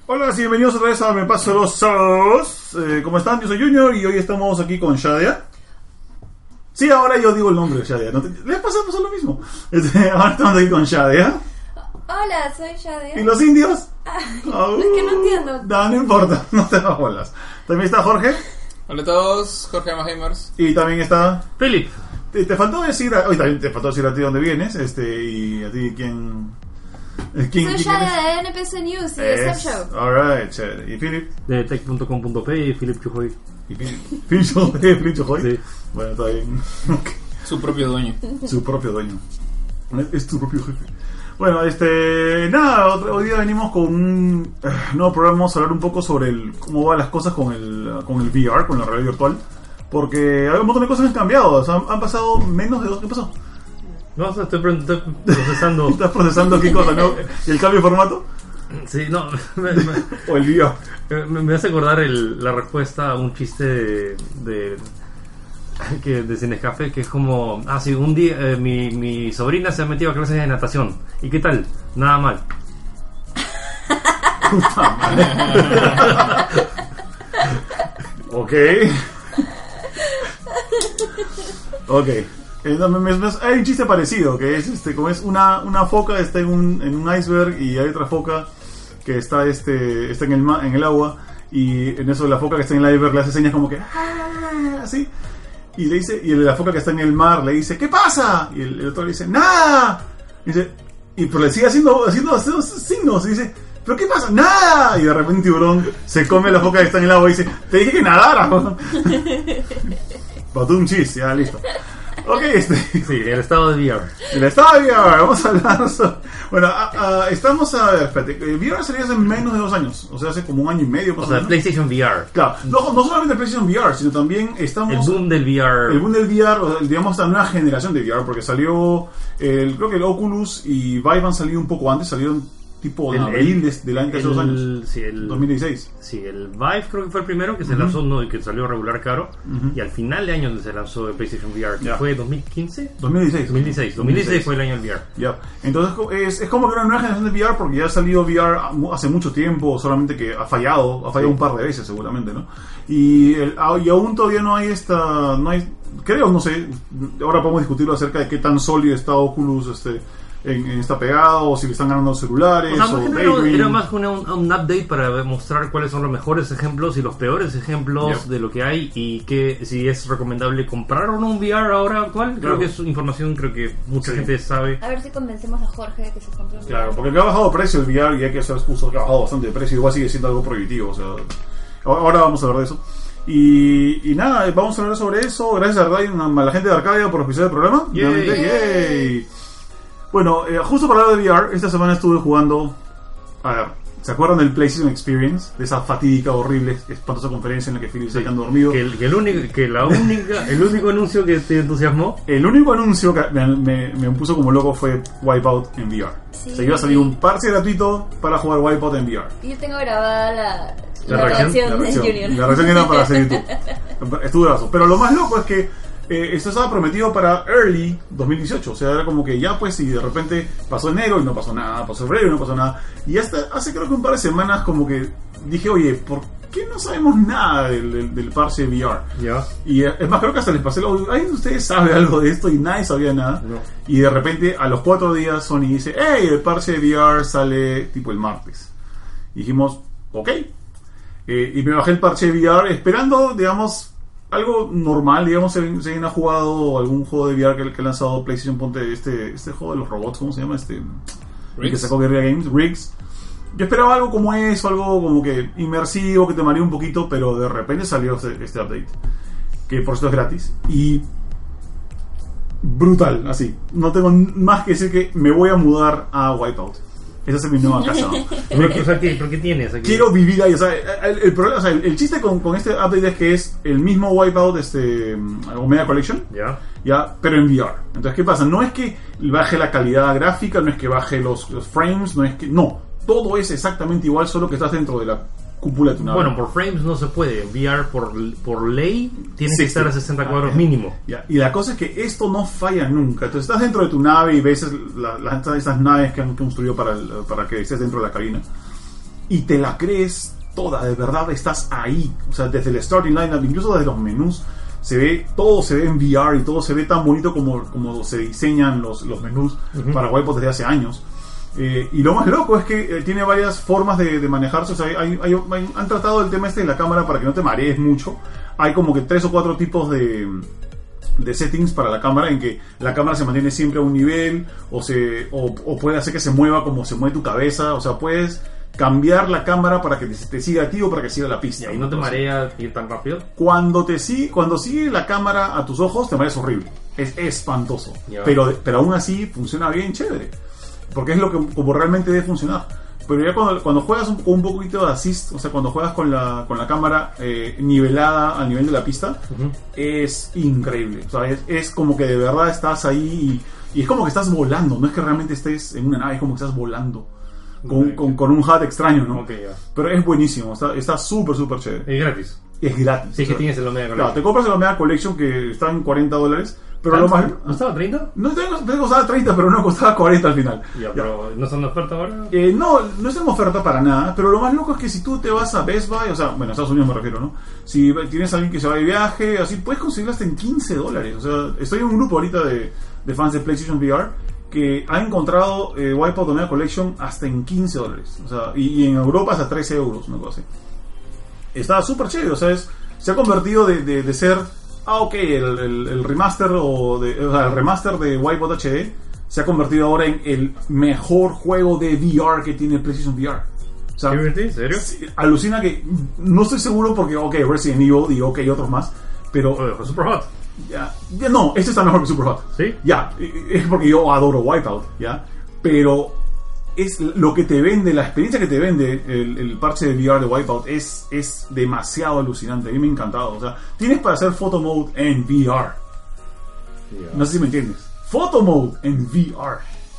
Hola y bienvenidos otra vez a Me Paso los Sábados. ¿Cómo están? Yo soy Junior y hoy estamos aquí con Shadia. Sí, ahora yo digo el nombre de Shadia. ¿Les pasa lo mismo? Ahora estamos aquí con Shadia. Hola, soy Shadia. ¿Y los indios? Es que no entiendo. No importa, no te das bolas. También está Jorge. Hola a todos, Jorge Gamers. Y también está Philip. Te faltó decir, hoy también te faltó decir a ti dónde vienes, y a ti quién Soy Shadia de NPC News y de Step Show. Alright, chévere. ¿Y Philip? De tech.com.p y Philip Chujoy. ¿Y Philip Chujoy? Sí. Bueno, está bien. Okay. Su propio dueño. Su propio dueño. Es tu propio jefe. Bueno, nada, hoy día venimos con un nuevo programa. Vamos a hablar un poco sobre cómo van las cosas con el VR, con la realidad virtual. Porque hay un montón de cosas que han cambiado. O sea, han pasado menos de 2. ¿Qué pasó? No, estoy procesando. ¿Estás procesando qué cosa, no? ¿El cambio de formato? Sí, no. ¿O el VR? Me hace acordar la respuesta a un chiste de Cinescafé, que es como: sí, un día mi sobrina se ha metido a clases de natación. ¿Y qué tal? Nada mal. Puta madre. Ok. Hay un chiste parecido, que es como es una foca está en un iceberg y hay otra foca que está en el agua, y en eso la foca que está en el iceberg le hace señas como que así, y le dice, y la foca que está en el mar le dice: ¿qué pasa? Y el otro le dice: nada. Y dice, pero le sigue haciendo signos y dice: ¿pero qué pasa? ¡Nada! Y de repente un tiburón se come a la foca que está en el agua y dice: te dije que nadara. Botó un chiste, ya listo. Ok, Sí, el estado de VR. El estado de VR, vamos a hablar sobre... Bueno, estamos a ver, espérate, VR salió hace menos de 2 años, o sea, hace como 1 año y medio. O sea, PlayStation VR. Claro, no solamente el PlayStation VR, sino también estamos... El boom del VR. El boom del VR, o sea, digamos, la nueva generación de VR, porque salió, creo que el Oculus y Vive han salido un poco antes, salieron tipo en abril del año, hace 2 años, sí, el 2016. Sí, el Vive creo que fue el primero que se lanzó, ¿no? Y que salió regular caro. Y al final de año se lanzó el PlayStation VR, que fue 2015. 2016 fue el año del VR. Ya. Entonces es como que una nueva generación de VR, porque ya ha salido VR hace mucho tiempo, solamente que ha fallado un par de veces seguramente, ¿no? Y aún todavía no hay creo, no sé, ahora podemos discutirlo acerca de qué tan sólido está Oculus está pegado, o si le están ganando los celulares, era más un update para mostrar cuáles son los mejores ejemplos y los peores ejemplos de lo que hay, y que si es recomendable comprar o no un VR ahora actual. Creo que es información que mucha gente sabe. A ver si convencemos a Jorge de que se compre un VR. Claro, porque ha bajado de precio el VR, y hay que saber que ha bajado bastante de precio, igual sigue siendo algo prohibitivo, o sea, ahora vamos a hablar de eso. Y nada, vamos a hablar sobre eso. Gracias a la gente de Arcadia por auspiciar el programa. Yay. Bueno, justo para hablar de VR, esta semana estuve jugando. A ver, ¿se acuerdan del PlayStation Experience? De esa fatídica, horrible, espantosa conferencia en la que Philip se quedó dormido. El único anuncio que te entusiasmó. El único anuncio que me puso como loco fue Wipeout en VR. Sí. Se iba a salir un parche gratuito para jugar Wipeout en VR. Y yo tengo grabada la reacción de Junior. La reacción era para hacer YouTube. Estuvo brazo. Pero lo más loco es que esto estaba prometido para early 2018, o sea, era como que ya pues, y de repente pasó enero y no pasó nada, pasó febrero y no pasó nada, y hasta hace creo que un par de semanas como que dije: oye, ¿por qué no sabemos nada del parche VR? Ya. Y es más, creo que hasta les pasé el audio: ¿alguien de ustedes sabe algo de esto? Y nadie sabía nada. No. Y de repente a los 4 días Sony dice: hey, el parche de VR sale tipo el martes. Y dijimos: ok. Y me bajé el parche de VR esperando, digamos, algo normal, digamos. Si alguien ha jugado algún juego de VR que ha lanzado PlayStation, ponte este juego de los robots, ¿cómo se llama? El que sacó Guerrilla Games, Riggs. Yo esperaba algo como eso, algo como que inmersivo, que te mareó un poquito, pero de repente salió este update, que por cierto es gratis, y brutal, así. No tengo más que decir que me voy a mudar a Wipeout. Esa es mi nueva casa. ¿Pero qué tienes aquí? Quiero vivir ahí. O sea, el problema, o sea, el chiste con este update es que es el mismo Wipeout, Omega Collection, ya, pero en VR. Entonces, ¿qué pasa? No es que baje la calidad gráfica, no es que baje los frames, no, todo es exactamente igual, solo que estás dentro de la cúpula de tu nave. Bueno, por frames no se puede. VR por ley tiene que estar a 60 cuadros mínimo. Ya. Y la cosa es que esto no falla nunca. Entonces estás dentro de tu nave y ves esas naves que han construido para que estés dentro de la cabina. y te la crees toda, de verdad estás ahí. O sea, desde el starting lineup, incluso desde los menús, todo se ve en VR y todo se ve tan bonito como se diseñan los menús para Wipeout desde hace años. Y lo más loco es que tiene varias formas de manejarse. O sea, han tratado el tema de la cámara para que no te marees mucho. Hay como que 3 o 4 tipos de settings para la cámara, en que la cámara se mantiene siempre a un nivel, o puede hacer que se mueva como se mueve tu cabeza. O sea, puedes cambiar la cámara para que te siga a ti o para que siga la pista. ¿Y no te marea ir tan rápido? Cuando sigue la cámara a tus ojos, te mareas horrible. Es espantoso. Pero aún así funciona bien chévere. Porque es como realmente debe funcionar. Pero ya cuando juegas con un poquito de assist, o sea, cuando juegas con la cámara nivelada al nivel de la pista, es increíble. O sea, es como que de verdad estás ahí y es como que estás volando. No es que realmente estés en una nave, es como que estás volando. Con un HUD extraño, ¿no? Pero es buenísimo, está súper, súper chévere. Es gratis. Es gratis. Sí, que tienes el Omega Collection. Claro, te compras el Omega Collection que está en $40. Pero lo más... ¿No estaba 30? No, te costaba 30, pero no costaba 40 al final. Pero ¿no están en oferta ahora? No está en oferta para nada. Pero lo más loco es que si tú te vas a Best Buy, o sea, bueno, a Estados Unidos me refiero, ¿no? Si tienes a alguien que se va de viaje, así, puedes conseguirlo hasta en $15. O sea, estoy en un grupo ahorita de fans de PlayStation VR que ha encontrado Wipeout Omega Collection hasta en $15. O sea, y en Europa hasta €13, una cosa así. Está súper chévere, o sea, se ha convertido de ser... el remaster el remaster de Wipeout HD se ha convertido ahora en el mejor juego de VR que tiene PlayStation VR. O sea, ¿en serio? Alucina que no estoy seguro porque Resident Evil y otros más, pero Superhot. Ya, no, este está mejor que Superhot. ¿Sí? Ya, es porque yo adoro Wipeout, ya, pero es lo que te vende, la experiencia que te vende el parche de VR de Wipeout es demasiado alucinante. A mí me ha encantado. O sea, tienes para hacer photo mode en VR. No sé si me entiendes. Photo mode en VR.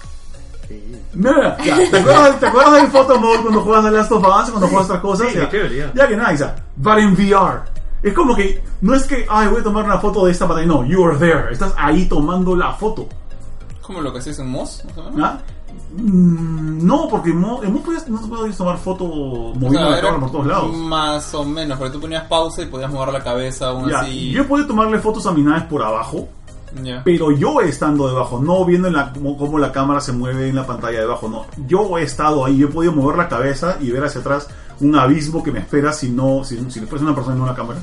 Mira, ¿te acuerdas del photo mode cuando juegas The Last of Us, cuando juegas otras cosas? Sí, ya que nada, but en VR. Es como que no es que voy a tomar una foto de esta pantalla. No, you are there. Estás ahí tomando la foto. ¿Como lo que hacías en Moss? ¿Ah? No, porque en Moss no te podías tomar foto moviendo la cámara por todos lados. Más o menos, porque tú ponías pausa y podías mover la cabeza aún así. Yo he podido tomarle fotos a mis naves por abajo, pero yo estando debajo, no viendo cómo la cámara se mueve en la pantalla debajo, no. Yo he estado ahí, yo he podido mover la cabeza y ver hacia atrás un abismo que me espera si después una persona y no una cámara.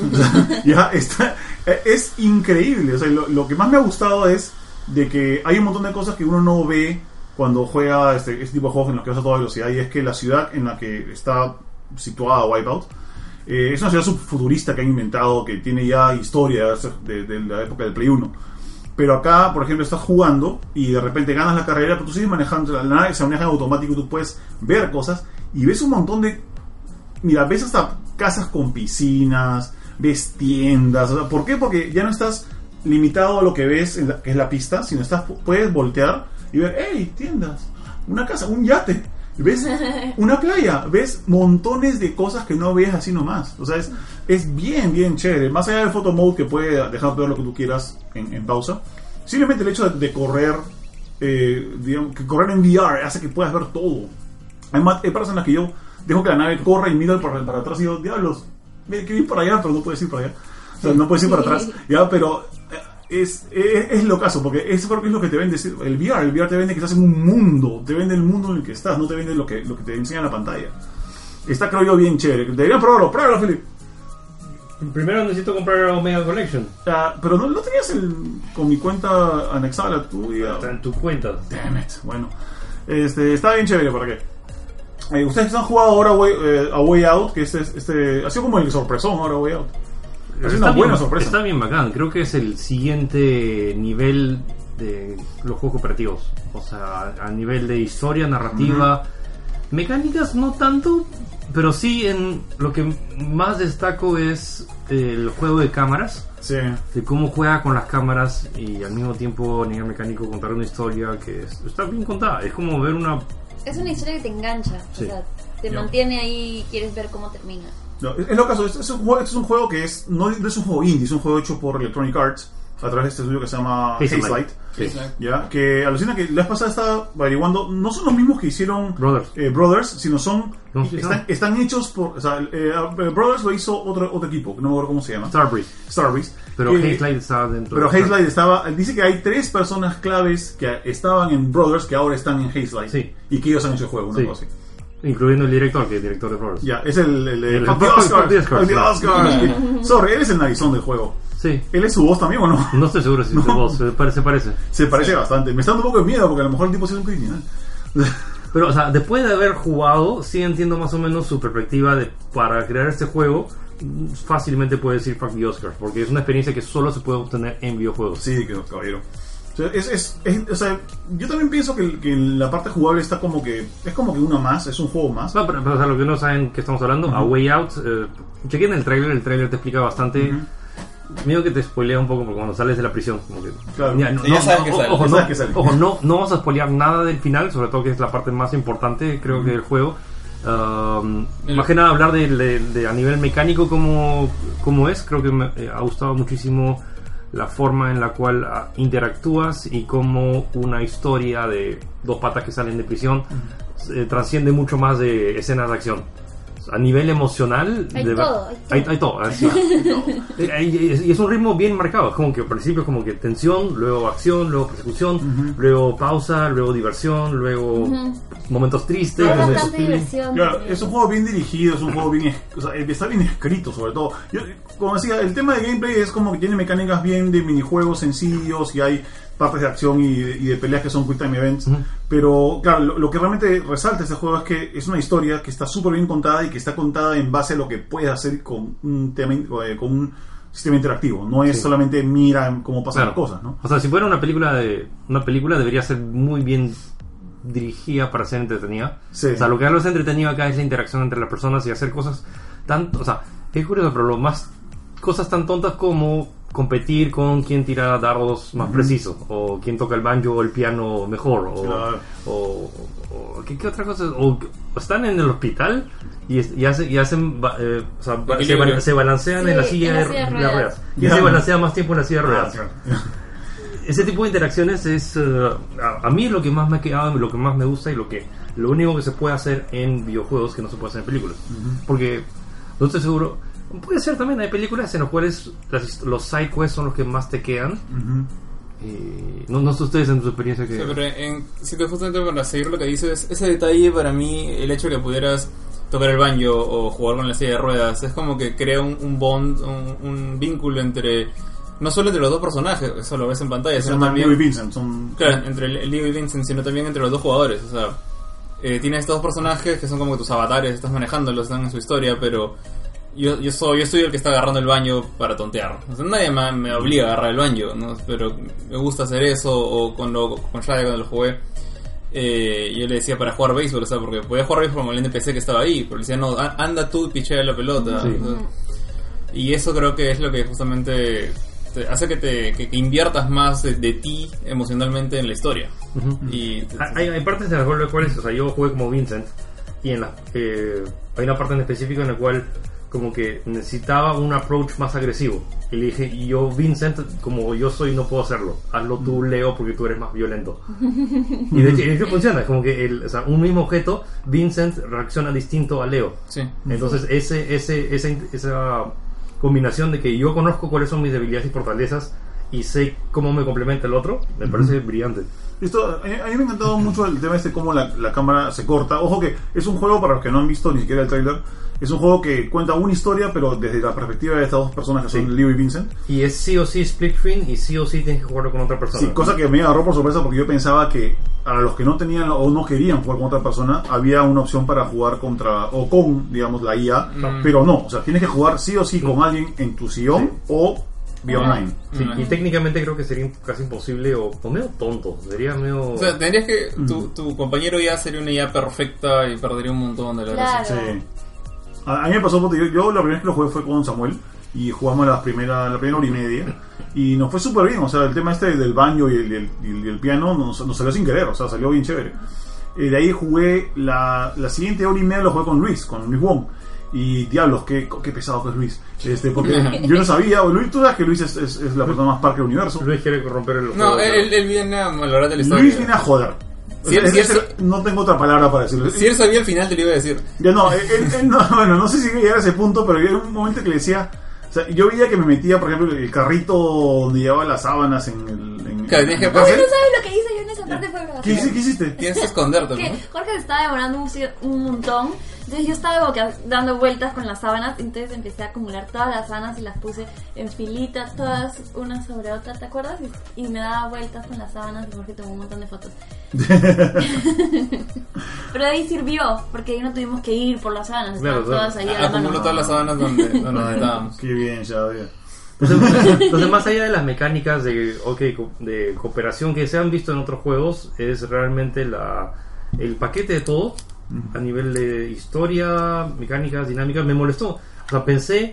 Es increíble. O sea, lo que más me ha gustado es de que hay un montón de cosas que uno no ve cuando juega este tipo de juegos en los que vas a toda velocidad, y es que la ciudad en la que está situada Wipeout es una ciudad subfuturista que han inventado, que tiene ya historia de la época del Play 1. Pero acá, por ejemplo, estás jugando y de repente ganas la carrera, pero tú sigues manejando, la nave se maneja en automático, tú puedes ver cosas y ves un montón de... Mira, ves hasta casas con piscinas, ves tiendas. O sea, ¿por qué? Porque ya no estás limitado a lo que ves, que es la pista, sino puedes voltear y ver, hey, tiendas, una casa, un yate, ves una playa, ves montones de cosas que no ves así nomás. O sea, es bien, bien chévere. Más allá del photo mode que puede dejar ver lo que tú quieras en pausa, simplemente el hecho de correr, digamos, que correr en VR hace que puedas ver todo. Hay personas que yo dejo que la nave corra y miro para atrás y digo, diablos, quiero ir para allá, pero no puedes ir para allá. O sea, no puedes ir para atrás, ya, pero es lo caso, porque eso creo que es lo que te vende el VR te vende que estás en un mundo, te vende el mundo en el que estás, no te vende lo que te enseña en la pantalla. Está, creo yo, bien chévere. Deberían pruébalo, Philip. Primero necesito comprar Omega Collection. Pero no tenías con mi cuenta anexada a la tuya. Está en tu cuenta. Damn it. Bueno, está bien chévere, ¿para qué? Ustedes han jugado ahora a Way Out, que ha sido como el sorpresón ahora Way Out. Es una buena sorpresa. Está bien bacán. Creo que es el siguiente nivel de los juegos cooperativos. O sea, a nivel de historia, narrativa, mecánicas no tanto, pero sí en lo que más destaco es el juego de cámaras. Sí. De cómo juega con las cámaras y al mismo tiempo a nivel mecánico contar una historia que está bien contada. Es como ver una... Es una historia que te engancha. Sí. O sea, te mantiene ahí y quieres ver cómo termina. No, es lo caso, es un juego que no es un juego indie, es un juego hecho por Electronic Arts, a través de este estudio que se llama Hazelight. Hazelight. Sí. Ya, que alucina que la vez pasada estaba averiguando, no son los mismos que hicieron Brothers, sino son están hechos por, o sea, Brothers lo hizo otro equipo, que no me acuerdo cómo se llama. Starbreeze. Pero Hazelight estaba dentro. Pero Hazelight dice que hay 3 personas claves que estaban en Brothers que ahora están en Hazelight. Sí. Y que ellos han hecho el juego, una cosa así. Incluyendo el director, que es director de Brothers. Ya, es el Oscars. Sorry, él es el narizón del juego. Sí. ¿Él es su voz también o no? No estoy seguro si es su voz, se parece. Se parece bastante. Me está dando un poco de miedo porque a lo mejor el tipo sí es un criminal. Pero, o sea, después de haber jugado, sí entiendo más o menos su perspectiva para crear este juego. Fácilmente puede decir fuck the Oscars, porque es una experiencia que solo se puede obtener en videojuegos. Sí, caballero. O sea, yo también pienso que la parte jugable está como que es como que una más, es un juego más. No, pero o sea, lo que no saben que estamos hablando, A Way Out, chequen el trailer te explica bastante. Miedo que te spoilea un poco porque cuando sales de la prisión, como que claro. Ya sabes que sale. Ojo, no vamos a spoilear nada del final, sobre todo que es la parte más importante, creo que del juego. Más que nada hablar de a nivel mecánico como es, creo que me ha gustado muchísimo la forma en la cual interactúas y cómo una historia de 2 patas que salen de prisión trasciende mucho más de escenas de acción. A nivel emocional hay todo. Y es un ritmo bien marcado, es como que al principio es como que tensión, luego acción, luego persecución, luego pausa, luego diversión, luego momentos tristes, Claro, es un juego bien dirigido, es un juego bien, o sea, está bien escrito sobre todo. Yo, como decía, el tema de gameplay es como que tiene mecánicas bien de minijuegos sencillos y hay partes de acción y de peleas que son quick time events, pero claro, lo que realmente resalta este juego es que es una historia que está súper bien contada y que está contada en base a lo que puedes hacer con un tema, con un sistema interactivo, no es solamente mira cómo pasan las cosas, ¿no? O sea, si fuera una película debería ser muy bien dirigida para ser entretenida. Sí. O sea, lo que hace entretenido acá es la interacción entre las personas y hacer cosas o sea, es curioso, pero cosas tan tontas como competir con quién tira dardos más preciso, o quién toca el banjo o el piano mejor, o ¿qué otra cosa? O están en el hospital y hacen se balancean en la silla de ruedas. Y se balancea más tiempo en la silla de ruedas. Ese tipo de interacciones es a mí lo que más me ha quedado, lo que más me gusta y lo único que se puede hacer en videojuegos que no se puede hacer en películas. Porque no estoy seguro. Puede ser también, hay películas en las cuales los side quests son los que más te quedan. No sé ustedes en su experiencia que... Sí, pero justamente para seguir lo que dices, ese detalle para mí, el hecho de que pudieras tocar el banjo o jugar con la silla de ruedas, es como que crea un bond, un vínculo entre... No solo entre los 2 personajes, eso lo ves en pantalla, sino también... Leo y Vincent Claro, entre Leo y Vincent, sino también entre los 2 jugadores. O sea, tienes estos 2 personajes que son como que tus avatares, estás manejándolos, están en su historia, pero... Yo soy el que está agarrando el baño para tontear. O sea, nadie me obliga a agarrar el baño, ¿no? Pero me gusta hacer eso. O con Shaya cuando lo jugué, yo le decía para jugar béisbol, o sea, porque podía jugar béisbol con el NPC que estaba ahí, pero le decía, no, anda tú y pichea la pelota. Sí. O sea, y eso creo que es lo que justamente te hace que inviertas más de ti emocionalmente en la historia. Y hay partes de las cuales, o sea, yo jugué como Vincent y hay una parte en específico en la cual como que necesitaba un approach más agresivo y le dije, y yo Vincent, como yo soy, no puedo hacerlo, hazlo tú, Leo, porque tú eres más violento. Y de hecho funciona, es como que un mismo objeto, Vincent reacciona distinto a Leo. Sí. Entonces esa combinación de que yo conozco cuáles son mis debilidades y fortalezas y sé cómo me complementa el otro, me parece brillante. Esto, a mí me ha encantado mucho el tema cómo la cámara se corta. Ojo que es un juego, para los que no han visto ni siquiera el trailer, es un juego que cuenta una historia, pero desde la perspectiva de estas 2 personas que son Leo y Vincent. Y es sí o sí split screen y sí o sí tienes que jugarlo con otra persona. Sí, cosa que me agarró por sorpresa porque yo pensaba que a los que no tenían o no querían jugar con otra persona, había una opción para jugar contra o con, digamos, la IA, pero no, o sea, tienes que jugar sí o sí con alguien en tu sillón o vía online. Sí, y técnicamente creo que sería casi imposible o medio tonto, sería medio... O sea, tendrías que... Tu compañero ya sería una IA perfecta y perdería un montón de la gracia. Sí. A mí me pasó porque yo la primera vez que lo jugué fue con Samuel y jugamos la primera hora y media y nos fue súper bien. O sea, el tema del baño y el piano nos salió sin querer, o sea, salió bien chévere. De ahí jugué la siguiente hora y media, lo jugué con Luis Wong. Y diablos, qué pesado que es Luis. Porque yo no sabía, Luis, tú sabes que Luis es la persona más parca del universo. Luis quiere corromper el No, él viene a valorar de la historia. Luis viene a joder. No tengo otra palabra para decirlo. Si él sabía el final, te lo iba a decir. Ya no, él no, bueno, no sé si llegar a ese punto, pero yo en un momento que le decía, o sea, yo veía que me metía, por ejemplo, el carrito donde llevaba las sábanas Claro, tienes que Oye, no sabes lo que hice yo en esa parte fue ¿Qué hiciste? Tienes que esconderte, que ¿no? Jorge se estaba demorando un montón. Entonces yo estaba como que dando vueltas con las sábanas. Entonces empecé a acumular todas las sábanas y las puse en filitas, todas una sobre otra, ¿te acuerdas? Y me daba vueltas con las sábanas y Jorge tomó un montón de fotos. Pero de ahí sirvió, porque ahí no tuvimos que ir por las sábanas, estaban todas ahí a la mano. Acumuló todas las sábanas donde estábamos. Qué bien, ya veo. Entonces, más allá de las mecánicas de cooperación que se han visto en otros juegos, es realmente el paquete de todo a nivel de historia, mecánicas, dinámicas. Me molestó. O sea, pensé,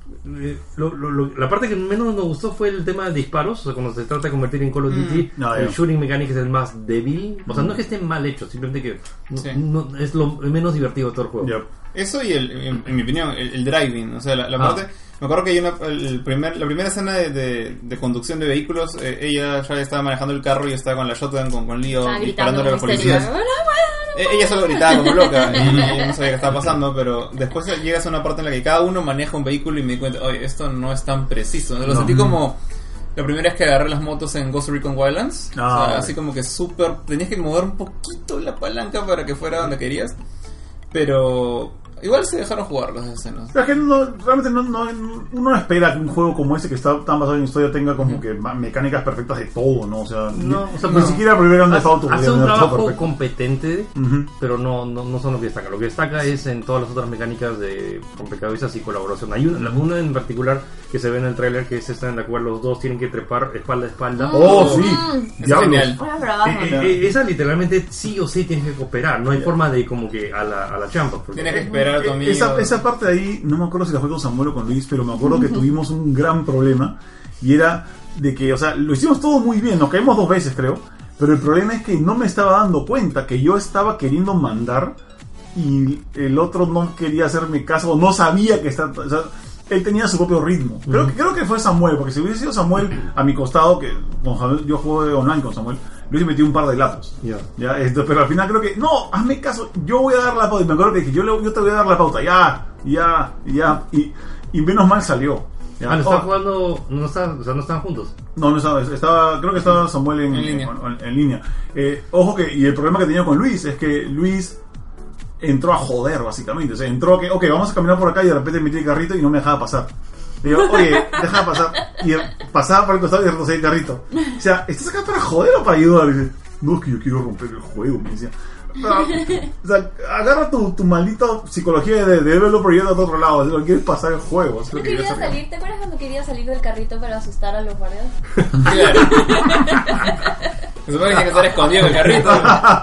la parte que menos nos gustó fue el tema de disparos. O sea, cuando se trata de convertir en Call of Duty, el shooting mechanic es el más débil. O sea, no es que esté mal hecho, simplemente que no, es lo menos divertido de todo el juego. Yep. Eso y en mi opinión, el driving, o sea, la parte... Me acuerdo que hay la primera escena de conducción de vehículos, ella ya estaba manejando el carro y estaba con la shotgun, con Leo, disparándole a los policías. Ella solo gritaba como loca y yo no sabía qué estaba pasando, pero después llegas a una parte en la que cada uno maneja un vehículo y me di cuenta, oye, esto no es tan preciso. Lo sentí como la primera vez que agarré las motos en Ghost Recon Wildlands. O sea, así como que tenías que mover un poquito la palanca para que fuera donde querías, pero... Igual se dejaron jugar las escenas. La gente realmente uno no espera que un juego como ese que está tan basado en historia tenga como que mecánicas perfectas de todo, ¿no? O sea, ni siquiera primero han dejado tu hace un trabajo competente, pero no son lo que destaca. Lo que destaca es en todas las otras mecánicas de rompecabezas y colaboración. Hay una en particular que se ve en el tráiler, que es esta en la cual los dos tienen que trepar espalda a espalda. ¡Oh, sí! Es genial. Esa literalmente sí o sí tienes que cooperar. No hay forma de como que a la champa. Tienes que esperar a tu amigo. Esa parte de ahí, no me acuerdo si la fue con Samuel o con Luis, pero me acuerdo que tuvimos un gran problema. Y era de que, o sea, lo hicimos todo muy bien. Nos caímos 2 veces, creo. Pero el problema es que no me estaba dando cuenta que yo estaba queriendo mandar y el otro no quería hacerme caso, no sabía que estaba... O sea, él tenía su propio ritmo. Creo que fue Samuel, porque si hubiese sido Samuel a mi costado, que yo jugué online con Samuel, Luis metí un par de lapos. Pero al final creo que, no, hazme caso, yo voy a dar la pauta. Y me acuerdo que dije, yo te voy a dar la pauta, ya. Y menos mal salió. ¿No estaban jugando? No estaban juntos. No estaba, creo que estaba Samuel en línea. Ojo que, y el problema que tenía con Luis es que Luis entró a joder, básicamente. O sea, entró a que, ok, vamos a caminar por acá, y de repente metí el carrito y no me dejaba pasar. Digo, oye, déjame pasar. Y pasaba por el costado y retrocedía el carrito. O sea, ¿estás acá para joder o para ayudar? Y dice, no, es que yo quiero romper el juego, me decía. O sea, agarra tu maldita psicología de developer y yendo a otro lado. Si no quieres pasar el juego. ¿Tú querías salir? ¿Te acuerdas cuando querías salir del carrito para asustar a los guardias? Claro. Se supone que hay que estar escondido en el carrito.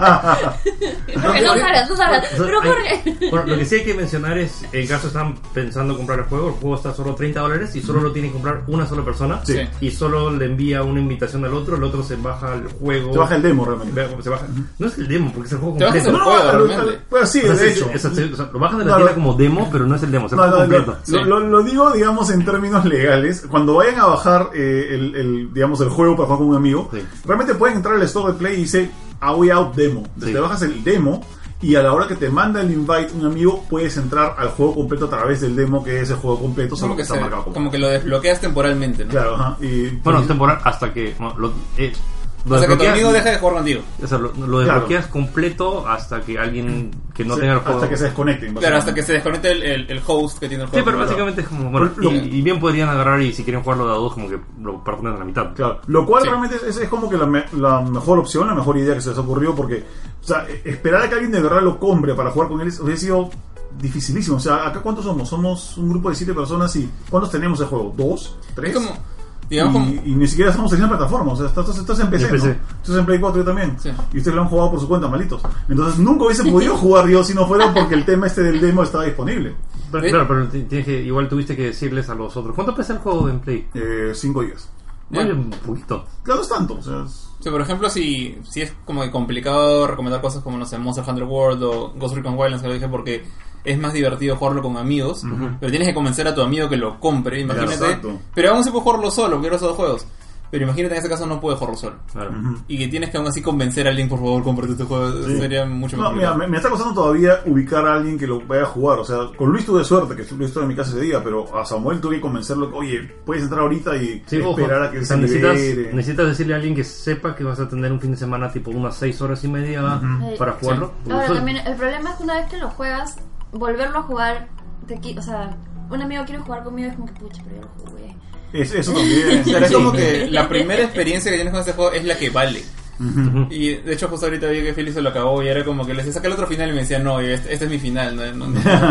Porque no sabes. Pero Jorge. Bueno, lo que sí hay que mencionar es, en caso están pensando comprar el juego está solo $30 y solo lo tiene que comprar una sola persona. Sí. Y solo le envía una invitación al otro, el otro se baja el juego. Se baja el demo realmente. Se baja. No es el demo, porque es el juego te bajas completo. el juego realmente. Pues sí, de hecho. Lo bajan de la tienda como demo, pero no es el demo, es el juego completo. Lo digo, digamos, en términos legales. Cuando vayan a bajar digamos, el juego para jugar con un amigo, realmente pueden entrar al store de Play y dice Away Out Demo. Entonces te bajas el demo y a la hora que te manda el invite un amigo, puedes entrar al juego completo a través del demo, que es el juego completo, solo que está marcado como que lo desbloqueas temporalmente, ¿no? Claro, ajá. Bueno, temporal hasta que o sea, que tu amigo deje de jugar contigo. O sea, lo desbloqueas completo hasta que alguien que no tenga el juego. Hasta que se desconecten. Claro, hasta que se desconecte el host que tiene el juego. Sí, pero básicamente es como. Bueno, y bien podrían agarrar y si quieren jugarlo de a dos, como que lo parten a la mitad. Claro, lo cual realmente es como que la mejor opción, la mejor idea que se les ocurrió, porque, o sea, esperar a que alguien de verdad lo compre para jugar con él hubiera sido dificilísimo. O sea, ¿acá cuántos somos? Somos un grupo de 7 personas y ¿cuántos tenemos el juego? ¿2? ¿3? Es como. Digamos y ni siquiera estamos en la plataforma, o sea, estás en PC, ¿no? Estás en Play 4 yo también, y ustedes lo han jugado por su cuenta, malitos. Entonces nunca hubiese podido jugar yo si no fuera porque el tema del demo estaba disponible. Claro, pero igual tuviste que decirles a los otros. ¿Cuánto pesa el juego en Play? 5 días. Vale, un poquito. Claro, es tanto, o sea, Sí, por ejemplo, si es como que complicado recomendar cosas como, no sé, Monster Hunter World o Ghost Recon Wildlands, que lo dije, porque es más divertido jugarlo con amigos, pero tienes que convencer a tu amigo que lo compre, imagínate. Exacto. Pero aún se puede jugarlo solo, porque esos dos juegos. Pero imagínate en ese caso no puedes jugarlo solo. Claro. Y que tienes que aún así convencer a alguien, por favor, cómprate este juego. Sí. Sería mucho más No, mira, complicado. me está costando todavía ubicar a alguien que lo vaya a jugar. O sea, con Luis tuve suerte, que Luis estuvo en mi casa ese día, pero a Samuel tuve que convencerlo. Oye, puedes entrar ahorita y Sí, ojo, esperar a que o él sea, se libere. necesitas decirle a alguien que sepa que vas a tener un fin de semana tipo unas 6 horas y media para jugarlo. Ahora Eso- también el problema es que una vez que lo juegas, volverlo a jugar, o sea, un amigo quiere jugar conmigo y es como que pucha, pero yo lo jugué. Eso también. Pero es como que la primera experiencia que tienes con este juego es la que vale. Ujú. Y de hecho justo ahorita vi que Philly se lo acabó y era como que le decía, saca el otro final y me decía, no, este es mi final. No.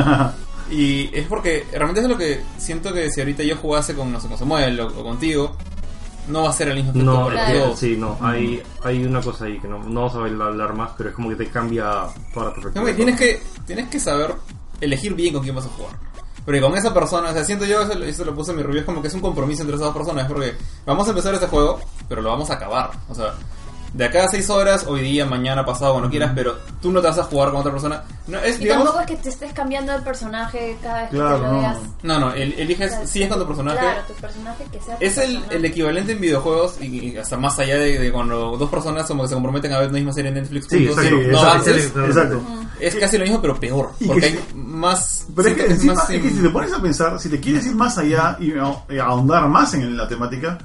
Y es porque realmente es lo que siento que si ahorita yo jugase con, no sé, con Samuel o contigo, no va a ser el mismo efecto No, para claro. los dos. sí, no, hay una cosa ahí que no vamos a hablar más, pero es como que te cambia toda la perspectiva. No, tienes que saber elegir bien con quién vas a jugar. Porque con esa persona, o sea, siento yo, eso lo puse en mi review, es como que es un compromiso entre esas dos personas. Es porque vamos a empezar este juego, pero lo vamos a acabar. O sea, de acá a 6 horas, hoy día, mañana, pasado, cuando quieras, pero tú no te vas a jugar con otra persona. No, es, Y digamos, tampoco es que te estés cambiando el personaje cada vez Claro, que te lo no. veas. no, eliges, sí es con tu personaje. Claro, tu personaje que sea tu Es personaje. el equivalente en videojuegos y hasta más allá de cuando dos personas como que se comprometen a ver una misma serie en Netflix Sí, juntos, exacto, no exacto, avances. exacto. Es casi lo mismo pero peor, Y porque que hay más. Pero es siento que, encima, más es que si te pones a pensar, si te quieres ir más allá y ahondar más en la temática,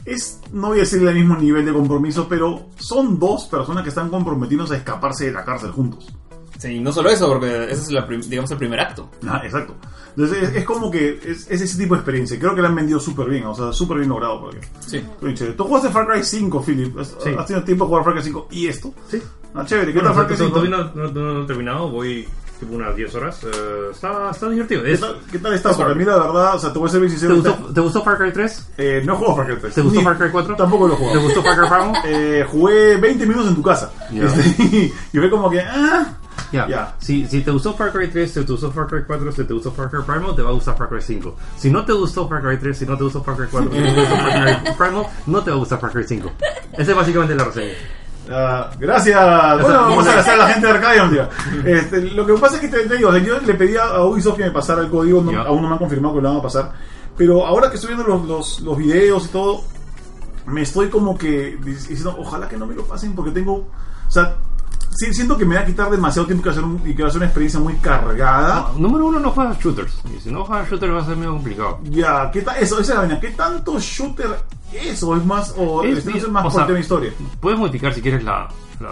no voy a decir el mismo nivel de compromiso, pero son dos personas que están comprometidos a escaparse de la cárcel juntos. Sí, no solo eso, porque ese es digamos el primer acto. Ah, exacto. Entonces es como que es ese tipo de experiencia. Creo que la han vendido súper bien, o sea, súper bien logrado. Porque, Sí. oye, tú jugaste Far Cry 5, Philip. ¿Has tenido tiempo de jugar Far Cry 5? ¿Y esto? Sí. Ah, chévere. ¿Qué Bueno, tal Far Cry 5? todavía no he terminado, voy tipo unas 10 horas. Está divertido. ¿Qué tal está? Porque a mí la verdad, o sea, te voy a ser bien sincero. ¿Te gustó Far Cry 3? No juego Far Cry 3. ¿Te gustó Far Cry 4? Tampoco lo he jugado. ¿Te gustó Far Cry Primal? Jugué 20 minutos en tu casa. Ya. Y fue como que... Ya. Ya. Si te gustó Far Cry 3, si te gustó Far Cry 4, si te gustó Far Cry Primal, te va a gustar Far Cry 5. Si no te gustó Far Cry 3, si no te gustó Far Cry 4, si no te gustó Far Cry Primal, no te va a gustar Far Cry 5. Esa es básicamente la reseña. Gracias. Bueno, vamos a agradecer a la gente de Arcadium, tío. Lo que pasa es que te digo, yo le pedí a Ubisoft que me pasara el código, Ya. aún no me han confirmado que lo van a pasar. Pero ahora que estoy viendo los videos y todo, me estoy como que diciendo, ojalá que no me lo pasen porque tengo... O sea, sí, siento que me va a quitar demasiado tiempo y que va a ser una experiencia muy cargada. Número uno, no juegas shooters. Y si no juegas shooters va a ser medio complicado. Ya, esa es la vaina. ¿Qué tanto shooter es? ¿O es más, es más o por sea, tema historia? Puedes modificar si quieres la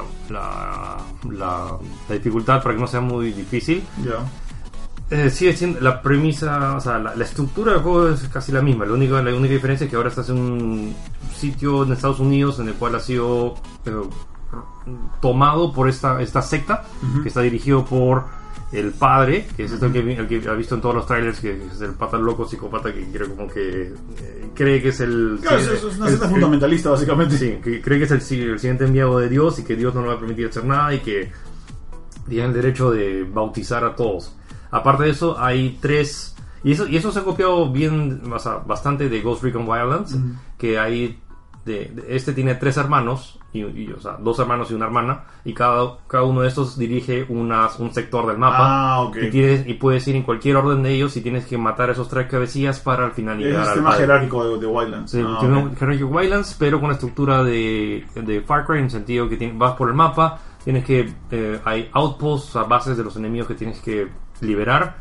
dificultad para que no sea muy difícil. Ya. Sigue siendo la premisa, o sea, la estructura del juego es casi la misma. La única diferencia es que ahora estás en un sitio en Estados Unidos en el cual ha sido tomado por esta secta, que está dirigido por el padre, que es el que ha visto en todos los trailers, que es el pata loco psicópata que quiere como que cree que es el... Claro, es una secta fundamentalista, básicamente. Sí, que cree que es el siguiente enviado de Dios y que Dios no le va a permitir hacer nada y que tiene el derecho de bautizar a todos. Aparte de eso, hay 3... Y eso se ha copiado bien, o sea, bastante de Ghost Recon Wildlands, que hay... Este tiene 3 hermanos, o sea, 2 hermanos y una hermana, y cada uno de estos dirige un sector del mapa. Ah, ok. Y puedes ir en cualquier orden de ellos y tienes que matar a esos 3 cabecillas para al final Es llegar el al sistema padre. jerárquico de Wildlands. Sí, Ah, tiene ok. un jerárquico Wildlands, pero con la estructura de Far Cry, en el sentido que vas por el mapa, tienes que hay outposts, o sea, bases de los enemigos que tienes que liberar.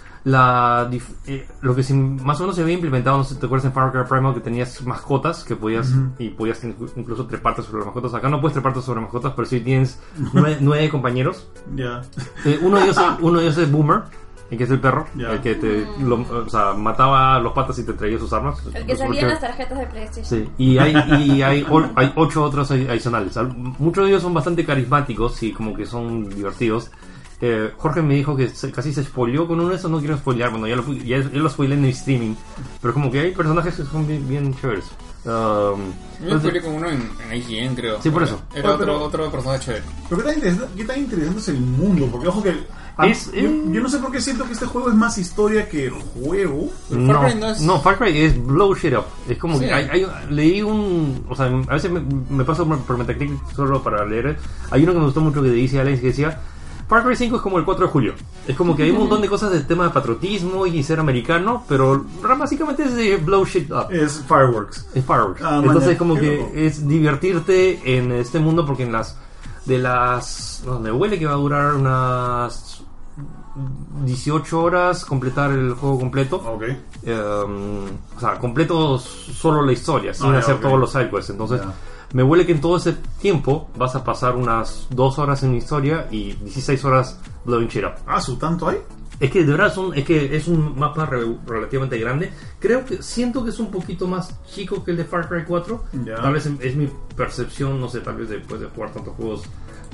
Lo que más o menos se había implementado, no sé si te acuerdas en Far Cry Primal, que tenías mascotas que podías incluso treparte sobre las mascotas. Acá no puedes treparte sobre mascotas, pero sí tienes 9 compañeros. Ya. Uno de ellos es Boomer, el que es el perro, Ya. el que mataba a los patas y te traía sus armas. El que salía en las tarjetas de PlayStation. Sí, y hay 8 otros adicionales. Muchos de ellos son bastante carismáticos y como que son divertidos. Jorge me dijo que casi se spoileó con uno de esos, no quiero spoilear, bueno, ya lo spoileé en el streaming, pero como que hay personajes que son bien chéveres. Yo me spoileé con uno en IGN, creo. Sí, por eso. Era otro personaje chévere. Pero qué tan interesante es el mundo, porque ojo que yo no sé por qué siento que este juego es más historia que juego. Far Cry no es- Far Cry es blow shit up. Es como Sí. que leí o sea, a veces me paso por Metacritic solo para leer. Hay uno que me gustó mucho que dice Alex, que decía: Far Cry 5 es como el 4 de julio. Es como que hay un montón de cosas del tema de patriotismo y ser americano, pero básicamente es de blow shit up. Es Fireworks. Es fireworks. Ah, Entonces man, como qué que loco. es divertirte en este mundo porque en no, me huele que va a durar unas 18 horas completar el juego completo. Ok. O sea, completo solo la historia, sin ya, hacer ok. todos los sidequests. Entonces, Ya. me huele que en todo ese tiempo vas a pasar unas 2 horas en historia y 16 horas blowing shit up. Ah, ¿su tanto hay? Es que de verdad es un mapa relativamente grande. Siento que es un poquito más chico que el de Far Cry 4. Ya. Tal vez es mi percepción, no sé, tal vez después de jugar tantos juegos,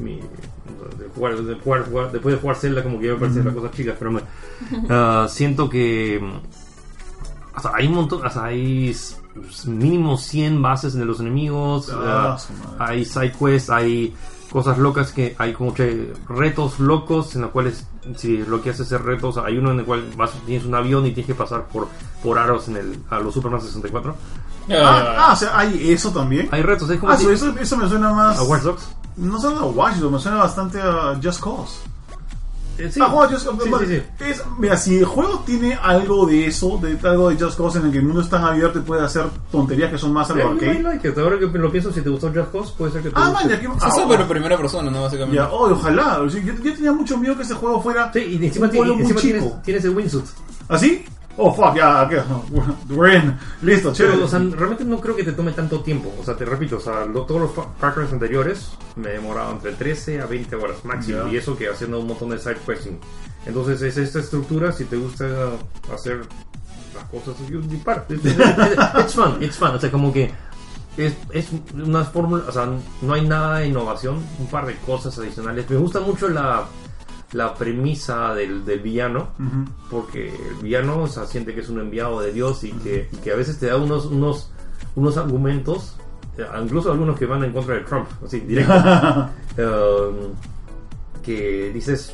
después de jugar Zelda, como que ya me parecen las cosas chicas, pero siento que o sea, hay un montón, o sea, hay mínimo 100 bases de los enemigos, Su madre. hay side quests, hay cosas locas, que hay como que retos locos en los cuales si lo que haces es retos, hay uno en el cual tienes un avión y tienes que pasar por aros a los Superman 64. O sea, hay eso también. Hay retos, es como Eso me suena más. a Watch Dogs. No suena a Watch Dogs, me suena bastante a Just Cause. Sí. Just Sí. Mira, si el juego tiene algo de eso, algo de Just Cause en el que el mundo es tan abierto y puede hacer tonterías que son más a lo arcade. Ahora que lo pienso, si te gustó Just Cause, puede ser que te Ah, guste. man, ya que. Es eso, pero en primera persona, ¿no? Básicamente. Ya, ojalá. O sea, yo tenía mucho miedo que ese juego fuera. Sí, y encima, un pueblo muy chico. tienes el wingsuit. ¿Así? Oh, fuck, ya, we're in. Listo, chévere. Pero, o sea, realmente no creo que te tome tanto tiempo. O sea, te repito, o sea, todos los Far Cry anteriores me demoraba entre 13 a 20 horas máximo. Ya. Y eso que haciendo un montón de side questing. Entonces, es esta estructura. Si te gusta hacer las cosas, dispara. It's fun. O sea, como que es una fórmula. O sea, no hay nada de innovación. Un par de cosas adicionales. Me gusta mucho la premisa del villano, porque el villano, o sea, siente que es un enviado de Dios y que a veces te da unos argumentos, incluso algunos que van en contra de Trump, así, directo, que dices,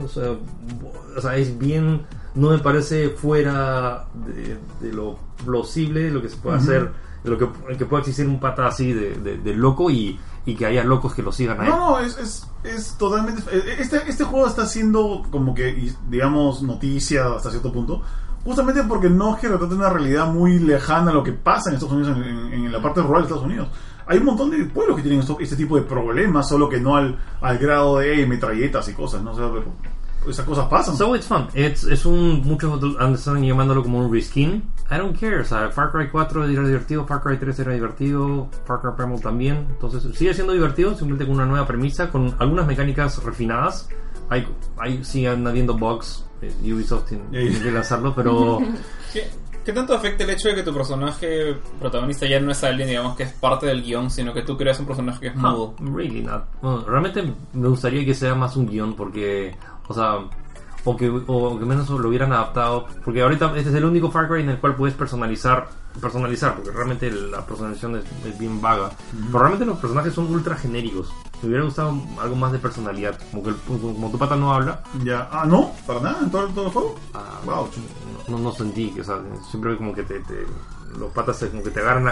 o sea, es bien, no me parece fuera de lo plausible, lo que se puede hacer, de que pueda existir un pata así de loco y que haya locos que lo sigan a él. No, es totalmente. Este juego está siendo como que, digamos, noticia hasta cierto punto. Justamente porque no es que retrate una realidad muy lejana a lo que pasa en Estados Unidos, en la parte rural de Estados Unidos. Hay un montón de pueblos que tienen este tipo de problemas, solo que no al grado de metralletas y cosas, ¿no? O sea, pero esas cosas pasan. So it's fun. Muchos están llamándolo como un reskin. I don't care. O sea, Far Cry 4 era divertido, Far Cry 3 era divertido, Far Cry Primal también. Entonces sigue siendo divertido, simplemente con una nueva premisa, con algunas mecánicas refinadas. Siguen habiendo bugs. Ubisoft tiene que lanzarlo, pero ¿Qué tanto afecta el hecho de que tu personaje protagonista ya no es alguien, digamos, que es parte del guión, sino que tú creas un personaje que es mudo? Really not. Bueno, realmente me gustaría que sea más un guión, porque, o sea, o que menos lo hubieran adaptado, porque ahorita este es el único Far Cry en el cual puedes personalizar, porque realmente la personalización es bien vaga. Pero realmente los personajes son ultra genéricos. Me hubiera gustado algo más de personalidad, como tu pata no habla. Ya. Ah, no, para nada, en todo el juego. Wow. No sentí que, o sea, siempre como que los patas como que te agarran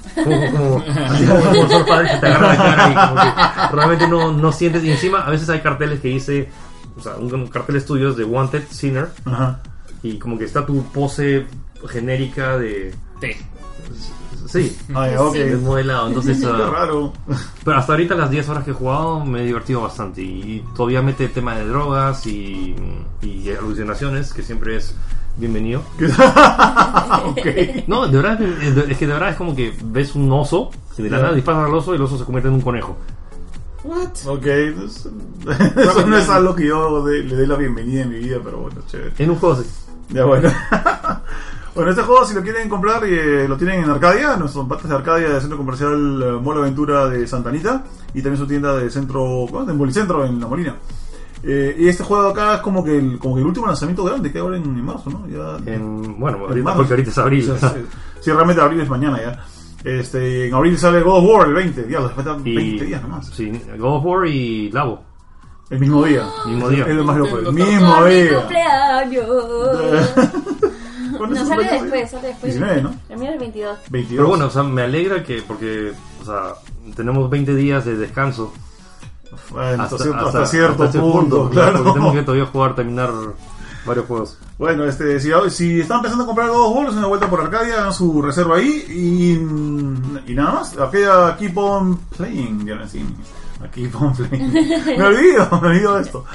así como Sword Padre, que te agarran la cara y como que realmente no sientes. Y encima a veces hay carteles que dice, o sea, un cartel estudios de Wanted Sinner, Ajá. y como que está tu pose genérica de sí, Ay, ok. desmodelado. Entonces Qué raro. pero hasta ahorita las 10 horas que he jugado me he divertido bastante, y todavía mete tema de drogas y alucinaciones, que siempre es bienvenido. Ok. No, de verdad es que de verdad es como que ves un oso y de la nada disparas al oso y el oso se convierte en un conejo. Ok, eso no es algo que yo le dé la bienvenida en mi vida, pero bueno, chévere. En un juego así. Ya bueno. Bueno, este juego, si lo quieren comprar, lo tienen en Arcadia, nuestros patas de Arcadia, del Centro Comercial Mall Aventura de Santa Anita, y también su tienda de centro, de Molicentro en La Molina. Y este juego acá es como que el último lanzamiento grande que hay ahora en marzo, ¿no? Ya, Bueno, ahorita, marzo. porque ahorita es abril. O sea, sí, realmente abril es mañana ya. En abril sale God of War el 20, diablos, faltan 20 días nomás. Sí, God of War y Labo. El mismo día. Mismo día. Es lo más loco. El Por mismo Por mi día. cumpleaños. ¿Cuándo No, es sale el cumpleaños? después. 19, ¿no? El mío es el 22. 22. Pero bueno, o sea, me alegra porque, o sea, tenemos 20 días de descanso. Bueno, hasta cierto punto, claro. Porque tenemos que todavía terminar varios juegos. Bueno, si están pensando en comprar God of War, una vuelta por Arcadia, hagan su reserva ahí y nada más. Aquella Keep On Playing, ya no sé. Keep On Playing. me olvido de esto.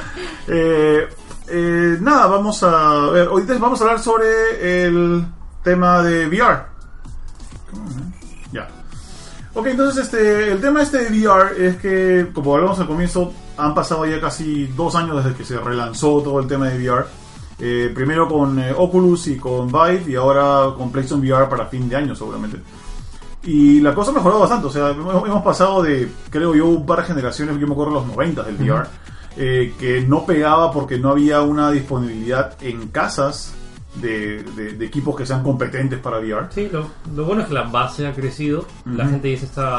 Nada, vamos a ver. Hoy vamos a hablar sobre el tema de VR. Ya. Ok, entonces el tema de VR es que, como hablamos al comienzo, han pasado ya casi 2 años desde que se relanzó todo el tema de VR. Primero con Oculus y con Vive, y ahora con PlayStation VR para fin de año seguramente. Y la cosa ha mejorado bastante, o sea, hemos pasado de, creo yo, un par de generaciones, yo me acuerdo de los 90 del VR, que no pegaba porque no había una disponibilidad en casas de equipos que sean competentes para VR. Sí, lo bueno es que la base ha crecido. La gente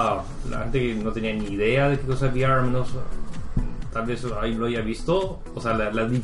la gente que no tenía ni idea de qué cosa es VR, al menos tal vez ahí lo haya visto. O sea,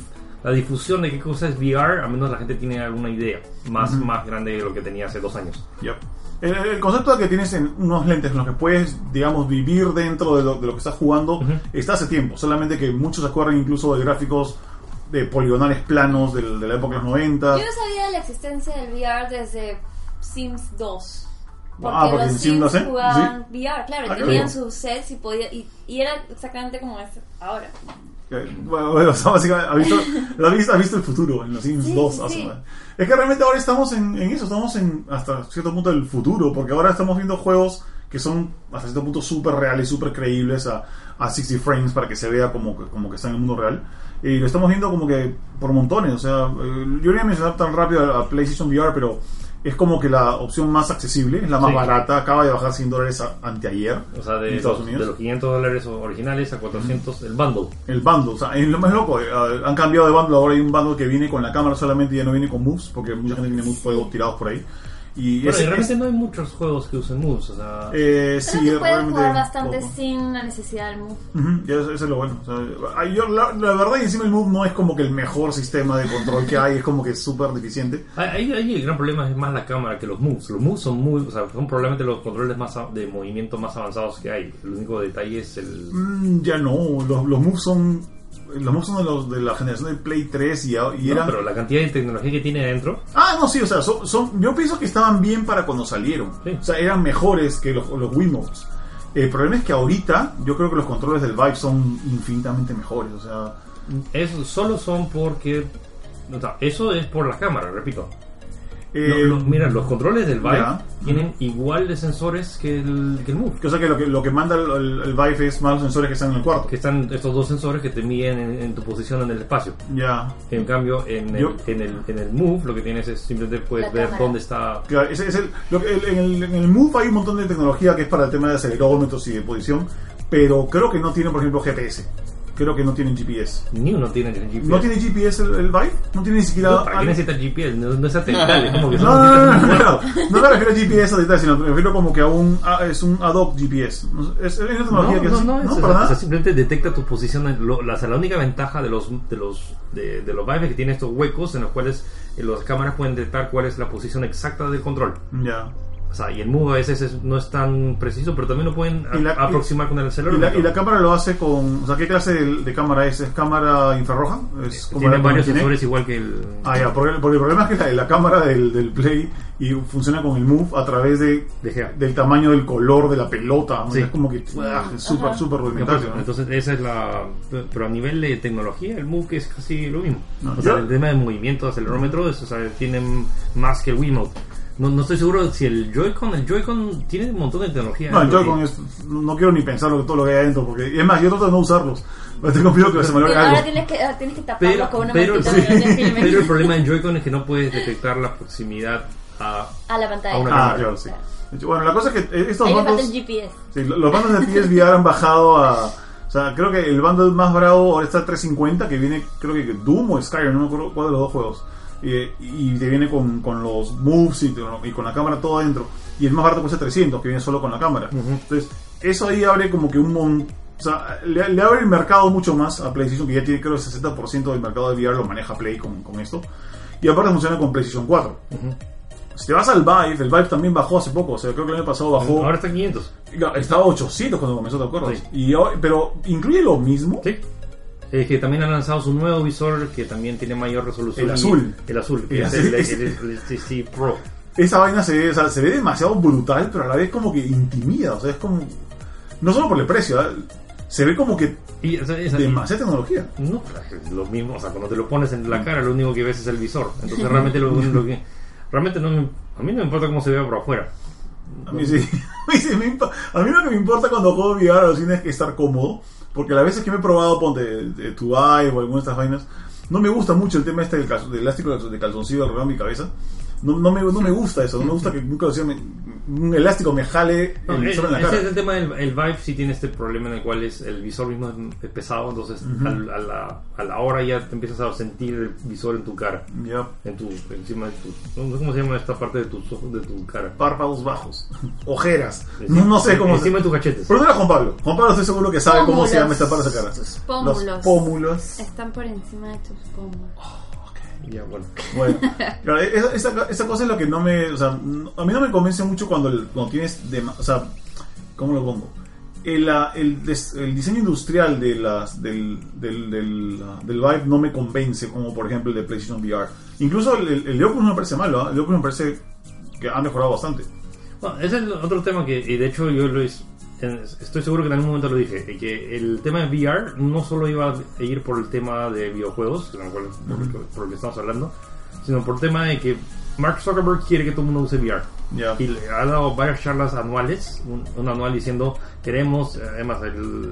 la difusión de qué cosa es VR, al menos la gente tiene alguna idea más grande de lo que tenía hace 2 años. Yep. El concepto de que tienes en unos lentes en los que puedes, digamos, vivir dentro de lo que estás jugando está hace tiempo, solamente que muchos se acuerdan incluso de gráficos de poligonales planos de la época de los 90. Yo no sabía de la existencia del VR desde Sims 2. Porque los Sims jugaban ¿sí? VR, claro, tenían sus sets y era exactamente como es ahora. Bueno, o sea, básicamente, has visto el futuro en los Sims 2. Sí. Es que realmente ahora estamos en eso, estamos en hasta cierto punto del futuro, porque ahora estamos viendo juegos que son hasta cierto punto súper reales, súper creíbles a 60 frames para que se vea como que está en el mundo real. Y lo estamos viendo como que por montones, o sea, yo no voy a mencionar tan rápido a PlayStation VR, pero es como que la opción más accesible, es la más barata, acaba de bajar $100 anteayer. O sea, de los $500 originales a 400 el bundle. El bundle, o sea, es lo más loco, han cambiado de bundle, ahora hay un bundle que viene con la cámara solamente y ya no viene con moves, porque mucha gente tiene moves tirados por ahí. Y realmente no hay muchos juegos que usen moves, o sea... sí, se puede jugar bastante poco. Sin la necesidad del move. Eso es lo bueno. O sea, la verdad, y encima el move no es como que el mejor sistema de control que hay, es como que es súper deficiente. Ahí el gran problema es más la cámara que los moves. Los moves son son probablemente los controles de movimiento más avanzados que hay. El único detalle es el... ya no, los moves son... Los moves son de la generación de Play 3 y eran... pero la cantidad de tecnología que tiene adentro... no, sí, o sea, yo pienso que estaban bien para cuando salieron. Sí. O sea, eran mejores que los Wiimotes. El problema es que ahorita yo creo que los controles del Vive son infinitamente mejores, o sea... Eso solo son porque... O sea, eso es por la cámara, repito. Mira, los controles del Vive tienen igual de sensores que el Move. O sea que lo que manda el Vive es más los sensores que están en el cuarto. Que están estos 2 sensores que te miden en tu posición en el espacio. Ya. En cambio, en el Move lo que tienes es simplemente puedes ver dónde está. Claro, en el Move hay un montón de tecnología que es para el tema de acelerómetros y de posición, pero creo que no tiene, por ejemplo, GPS. Creo que no tienen GPS. Ni uno tiene GPS. ¿No tiene GPS el Vive? No tiene ni siquiera... ¿Para qué necesita GPS? No es satelital. Como que no me refiero a GPS satelital, sino me refiero como que a es un ad hoc GPS. Es una tecnología que para nada. O sea, simplemente detecta tu posición. La única ventaja de los Vive es que tiene estos huecos en los cuales las cámaras pueden detectar cuál es la posición exacta del control. Ya. O sea, y el Move a veces no es tan preciso, pero también lo pueden aproximar con el celular. ¿Y la cámara lo hace con... O sea, ¿qué clase de cámara es? ¿Es cámara infrarroja? Tiene varios sensores igual que el... Porque el problema es que la cámara del Play y funciona con el Move a través del tamaño del color de la pelota, ¿no? Sí. Es como que es súper rudimentario, ¿no? Entonces esa es pero a nivel de tecnología el Move es casi lo mismo. O sea, el tema de movimiento de acelerómetro tiene más que el Wiimote. No estoy seguro si el Joy-Con tiene un montón de tecnología. No, el Joy-Con no quiero ni pensar todo lo que hay adentro, porque es más, yo trato de no usarlos. Tengo miedo que se me lo haga algo. Ahora tienes que taparlo con una mantita. Pero el problema del Joy-Con es que no puedes detectar la proximidad a la pantalla. A una cámara. Claro, sí. Bueno, la cosa es que estos bandos... el GPS. Sí, los bandos de PSVR han bajado a... O sea, creo que el bundle más bravo ahora está 350, que viene, creo que Doom o Skyrim, no me acuerdo cuál de los dos juegos. Y te viene con los moves y con la cámara todo adentro. Y el más barato cuesta 300, que viene solo con la cámara. Entonces, eso ahí abre como que o sea, le abre el mercado mucho más a PlayStation, que ya tiene, creo, el 60% del mercado de VR lo maneja Play con esto. Y aparte funciona con PlayStation 4. O Si te vas al Vive, el Vive también bajó hace poco, o sea, creo que el año pasado bajó. Ahora está en 500. Estaba a 800 cuando comenzó, ¿te acuerdas? Sí. Pero incluye lo mismo. Sí. Que también han lanzado su nuevo visor que también tiene mayor resolución. El azul. El azul, que es el HTC Pro. Esa vaina se ve demasiado brutal, pero a la vez como que intimida, o sea, es como... No solo por el precio, se ve como que demasiada tecnología. No, lo mismo, o sea, cuando te lo pones en la cara, lo único que ves es el visor. Entonces realmente realmente a mí no me importa cómo se vea por afuera. A mí sí. A mí lo que me importa cuando juego VR al cine es que estar cómodo, porque las veces que me he probado, ponte tu Vive o alguna de estas vainas, no me gusta mucho el tema del elástico de calzoncillo alrededor de mi cabeza. No me gusta eso, no me gusta que un elástico me jale el visor en la cara. Ese es el tema del Vive, sí tiene este problema en el cual el visor mismo es pesado, entonces a la hora ya te empiezas a sentir el visor en tu cara. Encima de tu... No sé cómo se llama esta parte de tu cara. Párpados bajos, ojeras, no sé cómo. Encima de tus cachetes. Pero no era Juan Pablo. Juan Pablo estoy seguro que sabe cómo se llama esta parte de esa cara. Tus pómulos. Los pómulos. Están por encima de tus pómulos. Ya, bueno, claro, esa cosa es lo que no me... O sea, a mí no me convence mucho cuando tienes... o sea, ¿cómo lo pongo? El diseño industrial del Vive no me convence, como por ejemplo el de PlayStation VR. Incluso el de Oculus no me parece malo, ¿eh? El de Oculus me parece que ha mejorado bastante. Bueno, ese es otro tema que, y de hecho yo estoy seguro que en algún momento lo dije, que el tema de VR no solo iba a ir por el tema de videojuegos, por lo que estamos hablando, sino por el tema de que Mark Zuckerberg quiere que todo el mundo use VR. Yeah. Y le ha dado varias charlas anuales, un anual diciendo, queremos, además,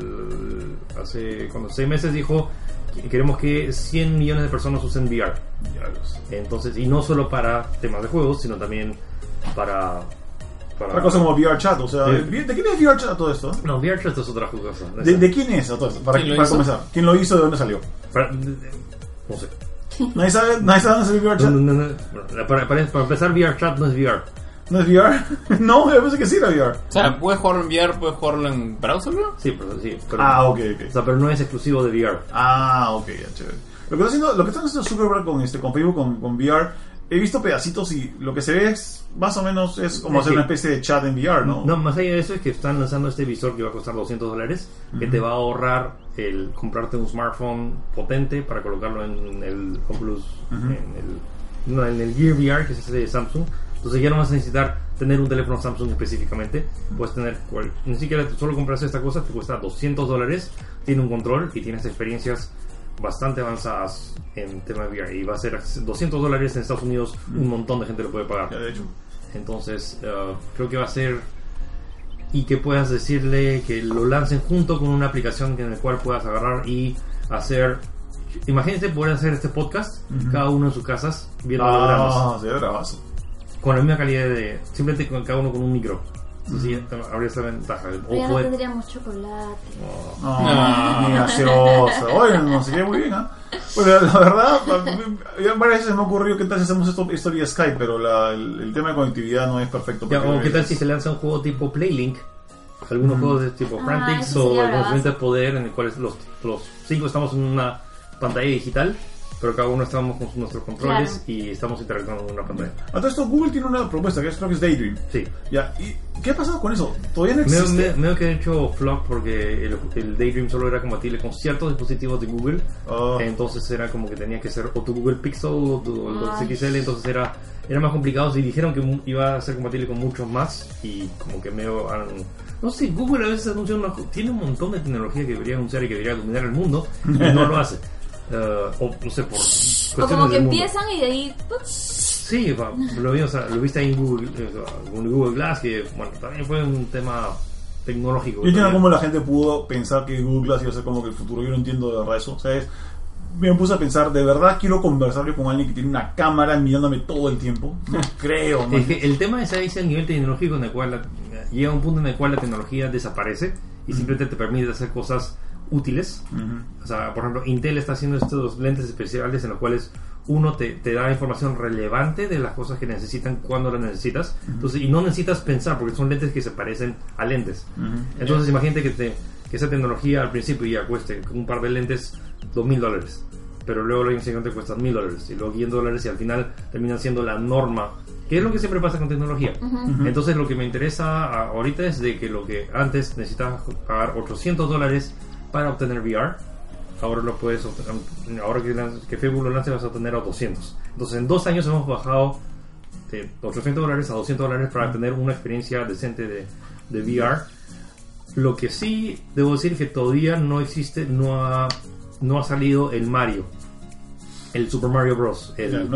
hace 6 meses dijo, queremos que 100 millones de personas usen VR. Entonces, y no solo para temas de juegos, sino también para otra cosa como VR Chat, o sea, ¿de quién es VR Chat todo esto? No, VR Chat es otra cosa. ¿De quién es todo esto? Para comenzar, ¿quién lo hizo? ¿De dónde salió? No sé. ¿Nadie sabe dónde salió VR Chat? No. Para empezar, VR Chat no es VR. ¿No es VR? No, yo pensé que sí era VR. O sea, ¿puedes jugarlo en VR? ¿Puedes jugarlo en browser, no? Sí, pero ok. O sea, pero no es exclusivo de VR. Ok, ya, chévere. Lo que está haciendo Zuckerberg con Facebook, con VR, he visto pedacitos y lo que se ve es más o menos es como hacer una especie de chat en VR, ¿no? No, más allá de eso es que están lanzando este visor que va a costar $200, que te va a ahorrar el comprarte un smartphone potente para colocarlo en el Oculus, en el Gear VR, que es ese de Samsung. Entonces ya no vas a necesitar tener un teléfono Samsung específicamente. Puedes tener ni siquiera solo compras esta cosa, te cuesta $200, tiene un control y tienes experiencias bastante avanzadas en tema de VR, y va a ser $200 en Estados Unidos. Un montón de gente lo puede pagar. Ya, de hecho. Entonces creo que va a ser, y que puedas decirle que lo lancen junto con una aplicación en la cual puedas agarrar y hacer, imagínate poder hacer este podcast cada uno en sus casas viendo hologramas. Se ve bravazo. Con la misma calidad de, simplemente con cada uno con un micro. Sí, habría esa ventaja. Ya no tendríamos chocolate. Ni gaseosa. Oye, no sé qué, muy bien, ¿eh? Pues la verdad, varias veces me ha ocurrido que tal si hacemos esto vía Skype, pero el tema de conectividad no es perfecto. O qué tal si se lanza un juego tipo Playlink, algunos juegos de tipo Frantics o el conocimiento de poder, en el cual los 5 estamos en una pantalla digital, pero cada uno estamos con nuestros controles y estamos interactuando con una pantalla. A todo esto, Google tiene una propuesta que creo que es Daydream. Sí. Ya, ¿y qué ha pasado con eso? Todavía no existe. Veo que ha hecho flop porque el Daydream solo era compatible con ciertos dispositivos de Google. Entonces era como que tenía que ser o tu Google Pixel o tu XL, entonces era más complicado. Y dijeron que iba a ser compatible con muchos más, y como que no sé, Google a veces anuncia tiene un montón de tecnología que debería anunciar y que debería dominar el mundo y no lo hace. O no sé, por o como que empiezan y de ahí sí, lo viste ahí en Google Glass, que bueno, también fue un tema tecnológico. Yo entiendo cómo la gente pudo pensar que Google Glass iba a ser como que el futuro. Yo no entiendo de verdad eso. O sea, me puse a pensar, ¿de verdad quiero conversar con alguien que tiene una cámara mirándome todo el tiempo? No creo, ¿no? Es que el tema es ahí, el nivel tecnológico en el cual llega un punto en el cual la tecnología desaparece y simplemente te permite hacer cosas útiles. O sea, por ejemplo, Intel está haciendo estos lentes especiales en los cuales uno te da información relevante de las cosas que necesitan cuando las necesitas. Entonces, y no necesitas pensar, porque son lentes que se parecen a lentes. Entonces imagínate que esa tecnología al principio ya cueste un par de lentes $2,000, pero luego el año siguiente cuesta $1,000 y luego $100, y al final termina siendo la norma que es lo que siempre pasa con tecnología. Entonces lo que me interesa ahorita es de que lo que antes necesitabas pagar $800 para obtener VR, ahora lo puedes obtener, ahora que Facebook lo lance vas a obtener a 200. Entonces en 2 años hemos bajado de $800 a $200 para tener una experiencia decente de VR. Lo que sí debo decir que todavía no existe, no ha salido el Mario, el Super Mario Bros. El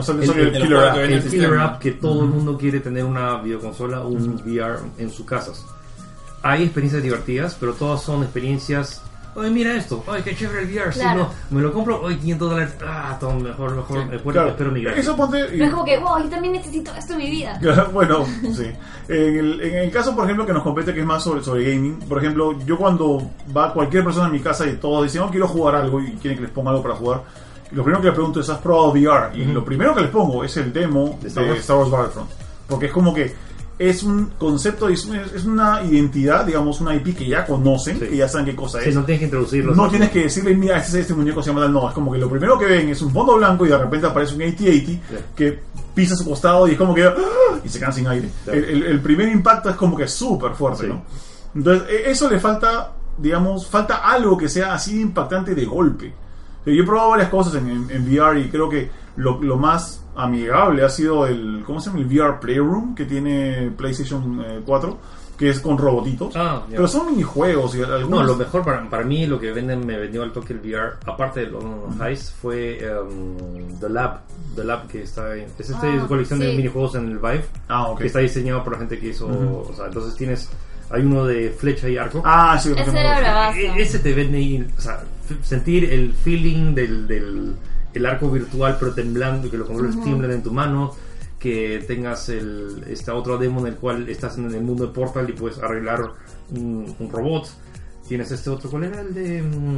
killer app que todo el mundo quiere tener una videoconsola o un VR en sus casas. Hay experiencias divertidas, pero todas son experiencias. Oye, mira esto, oye, qué chévere el VR, claro. Si no, me lo compro, oye, $500, todo mejor, sí, claro. Espero mi gratis. Eso ponte... Pero es como que, wow, yo también necesito esto en mi vida. Bueno, sí. En el caso, por ejemplo, que nos compete, que es más sobre gaming, por ejemplo, yo cuando va cualquier persona a mi casa y todos dicen, quiero jugar algo y quieren que les ponga algo para jugar, lo primero que les pregunto es, ¿has probado VR? Y lo primero que les pongo es el demo de Star Wars Battlefront, porque es como que es un concepto, es una identidad, digamos, una IP que ya conocen, que ya saben qué cosa es. No tienes que introducirlo. No tienes que decirle, mira, este muñeco se llama tal. No, es como que lo primero que ven es un fondo blanco y de repente aparece un AT-AT que pisa a su costado y es como que y se quedan sin aire. El primer impacto es como que súper fuerte, ¿no? Entonces, eso le falta, digamos, falta algo que sea así impactante de golpe. Yo he probado varias cosas en VR y creo que lo más amigable ha sido el VR Playroom que tiene PlayStation 4, que es con robotitos, pero son minijuegos y algunos... No, lo mejor para mí, lo que me vendió al toque el VR, aparte de los Heist, fue The Lab, que está en... Es colección de minijuegos en el Vive, que está diseñado por la gente que hizo... O sea, entonces hay uno de flecha y arco. Sí. Ese era bravazo. Ese te vende, o sea, sentir el feeling del el arco virtual pero temblando, que los controles tiemblan en tu mano, que tengas esta otra demo en el cual estás en el mundo de Portal y puedes arreglar un robot. Tienes este otro, ¿cuál era? El de...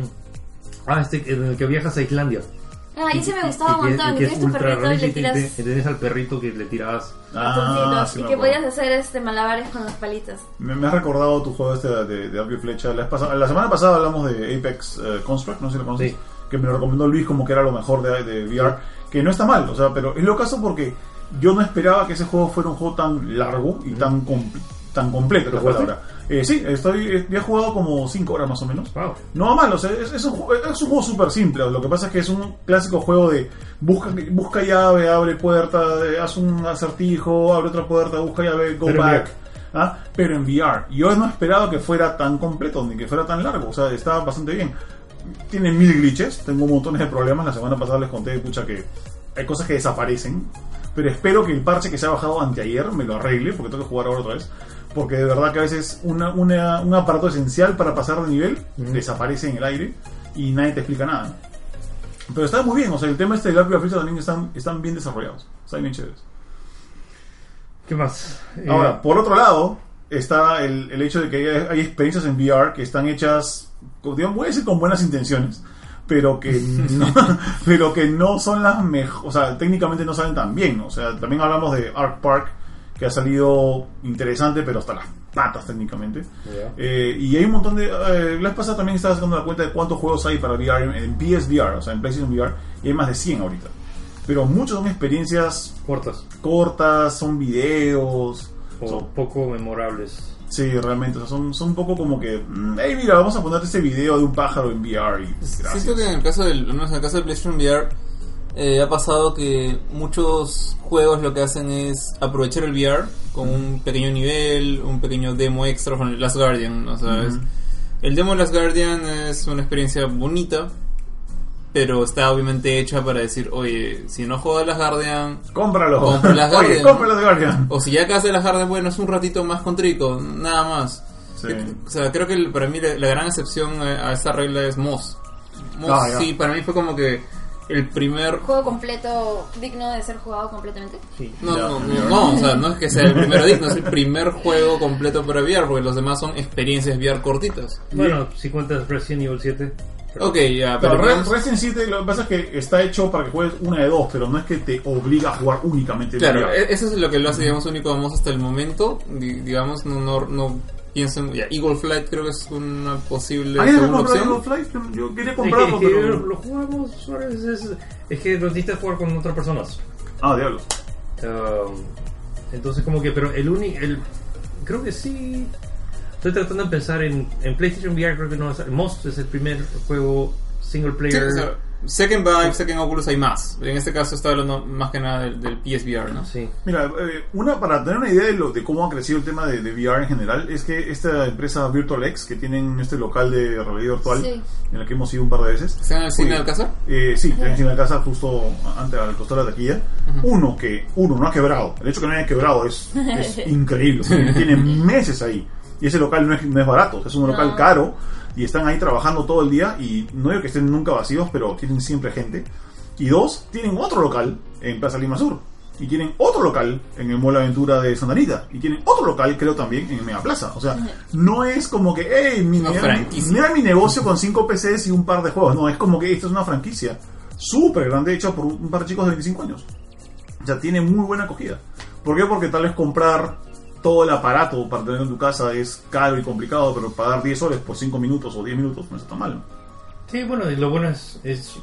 en el que viajas a Islandia. Ese me gustaba un montón. Que es ultra realista y le tenés al perrito que le tirabas y que podías hacer malabares con las palitas. Me has recordado tu juego de arco y flecha. La semana pasada hablamos de Apex Construct, no sé si lo conoces, que me lo recomendó Luis como que era lo mejor de VR, que no está mal, o sea, pero es lo caso porque yo no esperaba que ese juego fuera un juego tan largo y tan completo, la palabra. Sí, he jugado como 5 horas más o menos. Wow. No va mal, o sea, es un juego súper simple. Lo que pasa es que es un clásico juego de busca llave, abre puerta, haz un acertijo, abre otra puerta, busca llave, go back. Pero en VR. Yo no esperaba que fuera tan completo ni que fuera tan largo, o sea, está bastante bien. Tiene 1000 glitches, tengo montones de problemas. La semana pasada les conté, que hay cosas que desaparecen, pero espero que el parche que se ha bajado anteayer me lo arregle, porque tengo que jugar ahora otra vez, porque de verdad que a veces un aparato esencial para pasar de nivel desaparece en el aire y nadie te explica nada. Pero está muy bien, o sea, el tema del arco y la flecha también están bien desarrollados, están bien chéveres. ¿Qué más? Ahora, por otro lado está el hecho de que hay experiencias en VR que están hechas, digamos, voy a decir con buenas intenciones, pero que no son las mejores, o sea, técnicamente no salen tan bien. O sea, también hablamos de Ark Park, que ha salido interesante, pero hasta las patas técnicamente. Y hay un montón de... la vez pasada también estaba sacando la cuenta de cuántos juegos hay para VR en PSVR, o sea, en PlayStation VR, y hay más de 100 ahorita. Pero muchos son experiencias cortas, son videos... Son poco memorables. Sí, realmente, o sea, son un poco como que, hey, mira, vamos a ponerte este video de un pájaro en VR y gracias. Siento que en el caso del PlayStation VR ha pasado que muchos juegos lo que hacen es aprovechar el VR con un pequeño nivel, un pequeño demo extra con Last Guardian, ¿no sabes? El demo de Last Guardian es una experiencia bonita, pero está obviamente hecha para decir, oye, si no juegas Last Guardian, cómpralo. Compra Last Guardian. Oye, compra Last Guardian. O si ya acabas de Last Guardian, bueno, es un ratito más con Trico, nada más. Sí. O sea, creo que para mí la gran excepción a esta regla es Moss. Sí, para mí fue como que el primer juego completo digno de ser jugado completamente. Sí. No, o sea, no es que sea el primero digno, es el primer juego completo para VR, porque los demás son experiencias VR cortitas. Bueno, si cuentas Resident Evil 7. Ok, ya, pero Resident 7 lo que pasa es que está hecho para que juegues una de dos, pero no es que te obliga a jugar únicamente. Claro, eso es lo que lo hace, digamos, único vamos hasta el momento. Digamos, no piensen. Ya, Eagle Flight creo que es una posible segunda opción. Eagle Flight? Yo quería comprarlo, pero lo jugamos. Es que lo necesitas jugar con otras personas. Diablos. Entonces como que, pero creo que sí. Estoy tratando de pensar en PlayStation VR, creo que no es. Most es el primer juego single player. Sí, o sea, sé que en Vive, sé que en Oculus hay más. En este caso está hablando más que nada del PSVR, ¿no? Sí. Mira, para tener una idea de cómo ha crecido el tema de VR en general, es que esta empresa VirtualX, que tienen este local de realidad virtual, Sí. en el que hemos ido un par de veces. ¿Está en el cine de Alcázar? Sí, en el cine de Alcázar, justo antes al costado de la taquilla. Uno no ha quebrado. El hecho que no haya quebrado es increíble. Tiene meses ahí. Y ese local no es barato, es un local caro. Y están ahí trabajando todo el día. Y no digo que estén nunca vacíos, pero tienen siempre gente. Y dos, tienen otro local en Plaza Lima Sur. Y tienen otro local en el Mall Aventura de Santa Anita. Y tienen otro local, creo, también en Mega Plaza. O sea, no es como que, hey, mira mi negocio con 5 PCs y un par de juegos. No, es como que esto es una franquicia súper grande, hecha por un par de chicos de 25 años. O sea, tiene muy buena acogida. ¿Por qué? Porque tal vez comprar todo el aparato para tener en tu casa es caro y complicado, pero pagar 10 soles por 5 minutos o 10 minutos no está tan mal. Sí, bueno, y lo bueno es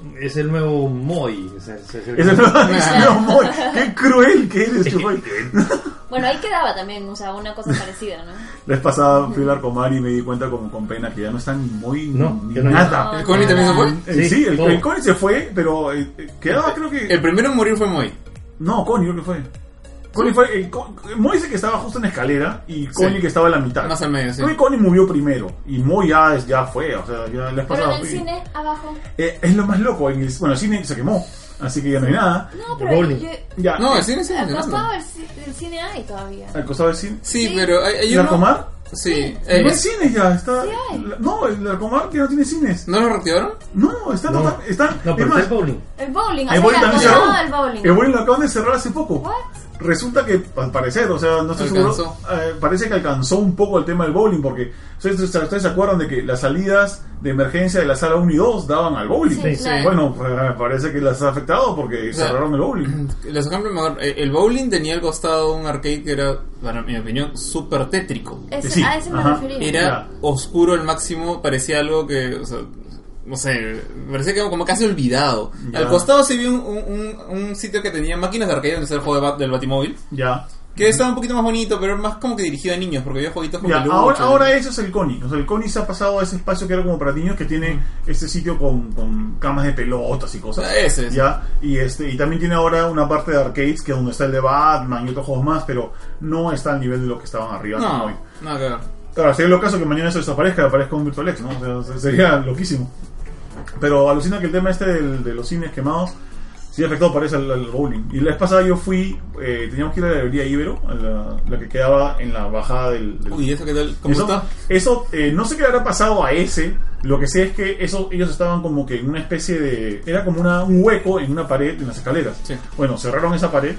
el nuevo Moi. Es el nuevo Moi. ¡Qué cruel que eres, Chupai! Bueno, ahí quedaba también, o sea, una cosa parecida, ¿no? La vez pasada fui al Arcomar y me di cuenta con pena que ya no están ni Moi ni ya no nada. No, ¿El Connie también se fue? Sí, todo. el Connie se fue, pero quedaba, creo que... El primero en morir fue Moy. No, Connie creo que fue. Connie fue... Moi dice que estaba justo en la escalera y Connie que estaba en la mitad. Más al medio, sí. Creo que Connie movió primero y Moi ya fue, o sea, ya la vez Pero pasada en el fui. cine, abajo. Es lo más loco, bueno, el cine se quemó, así que ya no hay nada. No, El pero bowling. Ya, No, el cine sí. al costado del cine hay todavía. al costado del cine. Sí, Sí. pero hay ¿El uno... Arcomar? Sí. No hay cines ya, está... Sí hay. No, el Arcomar que no tiene cines. ¿No lo reactivaron? No, está No. total... Está, No, es pero más, está el bowling. El bowling, o el bowling sea, también al cerró. costado del bowling. El bowling lo acaban de cerrar hace poco. What? Resulta que, al parecer, o sea, no estoy Alcanzó. seguro, parece que alcanzó un poco el tema del bowling, porque ustedes se acuerdan de que las salidas de emergencia de la sala 1 y 2 daban al bowling. Sí, claro. Bueno, parece que las ha afectado porque O sea, cerraron el bowling. Les ejemplo mejor. El bowling tenía al costado un arcade que era, para mi opinión, súper tétrico. Sí, A ese me ajá. refería. Era Ya. oscuro al máximo, parecía algo que, o sea, no sé, parecía que como casi olvidado. Ya. Al costado se vio un sitio que tenía máquinas de arcade donde está el juego del Batimóvil, Ya. que estaba un poquito más bonito, pero más como que dirigido a niños, porque había jueguitos con Ya, peluche. ahora eso es el Connie. O sea, el Connie se ha pasado a ese espacio que era como para niños, que tiene este sitio con camas de pelotas y cosas. Ese es. Ya, y también tiene ahora una parte de arcades que es donde está el de Batman y otros juegos más, pero no está al nivel de lo que estaban arriba. No, hoy. nada que ver. Claro, sería lo caso que mañana eso desaparezca, aparezca un VirtualX, ¿no? O sea, sería loquísimo. Pero alucina que el tema este de los cines quemados sí afectó, parece, al bowling. Y la vez pasada yo fui, teníamos que ir a la librería Ibero, a la que quedaba en la bajada del... Uy, ¿eso qué tal? ¿Cómo está? Eso no sé qué le habrá pasado a ese. Lo que sé es que ellos estaban como que en una especie de... Era como un hueco en una pared en las escaleras. Sí. Bueno, cerraron esa pared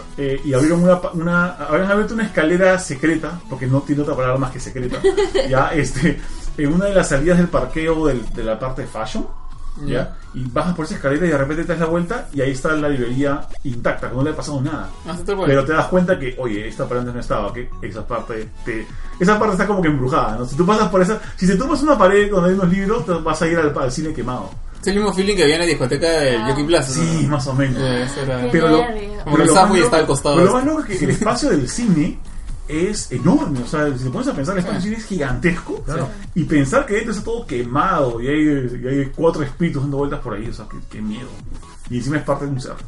y abrieron habían abierto una escalera secreta, porque no tiene otra palabra más que secreta. Ya, en una de las salidas del parqueo de la parte de fashion. ¿Ya? Y bajas por esa escalera y de repente te das la vuelta y ahí está la librería intacta, que no le ha pasado nada. Pero te das cuenta que, oye, esta parte antes no estaba, que esa parte está como que embrujada, ¿no? Si tú pasas por si te tomas una pared donde hay unos libros, te vas a ir al cine quemado. Es el mismo feeling que había en la discoteca del Jockey Plaza. Sí, ¿no? más o menos. Eso era... Qué Pero nervio. Como que el Subway está al costado. Pero lo más loco es que el espacio del cine es enorme, o sea, si te pones a pensar, el espacio del cine es gigantesco. Claro. Y pensar que dentro está todo quemado y hay 4 espíritus dando vueltas por ahí, o sea, qué miedo. Y encima es parte de un cerro.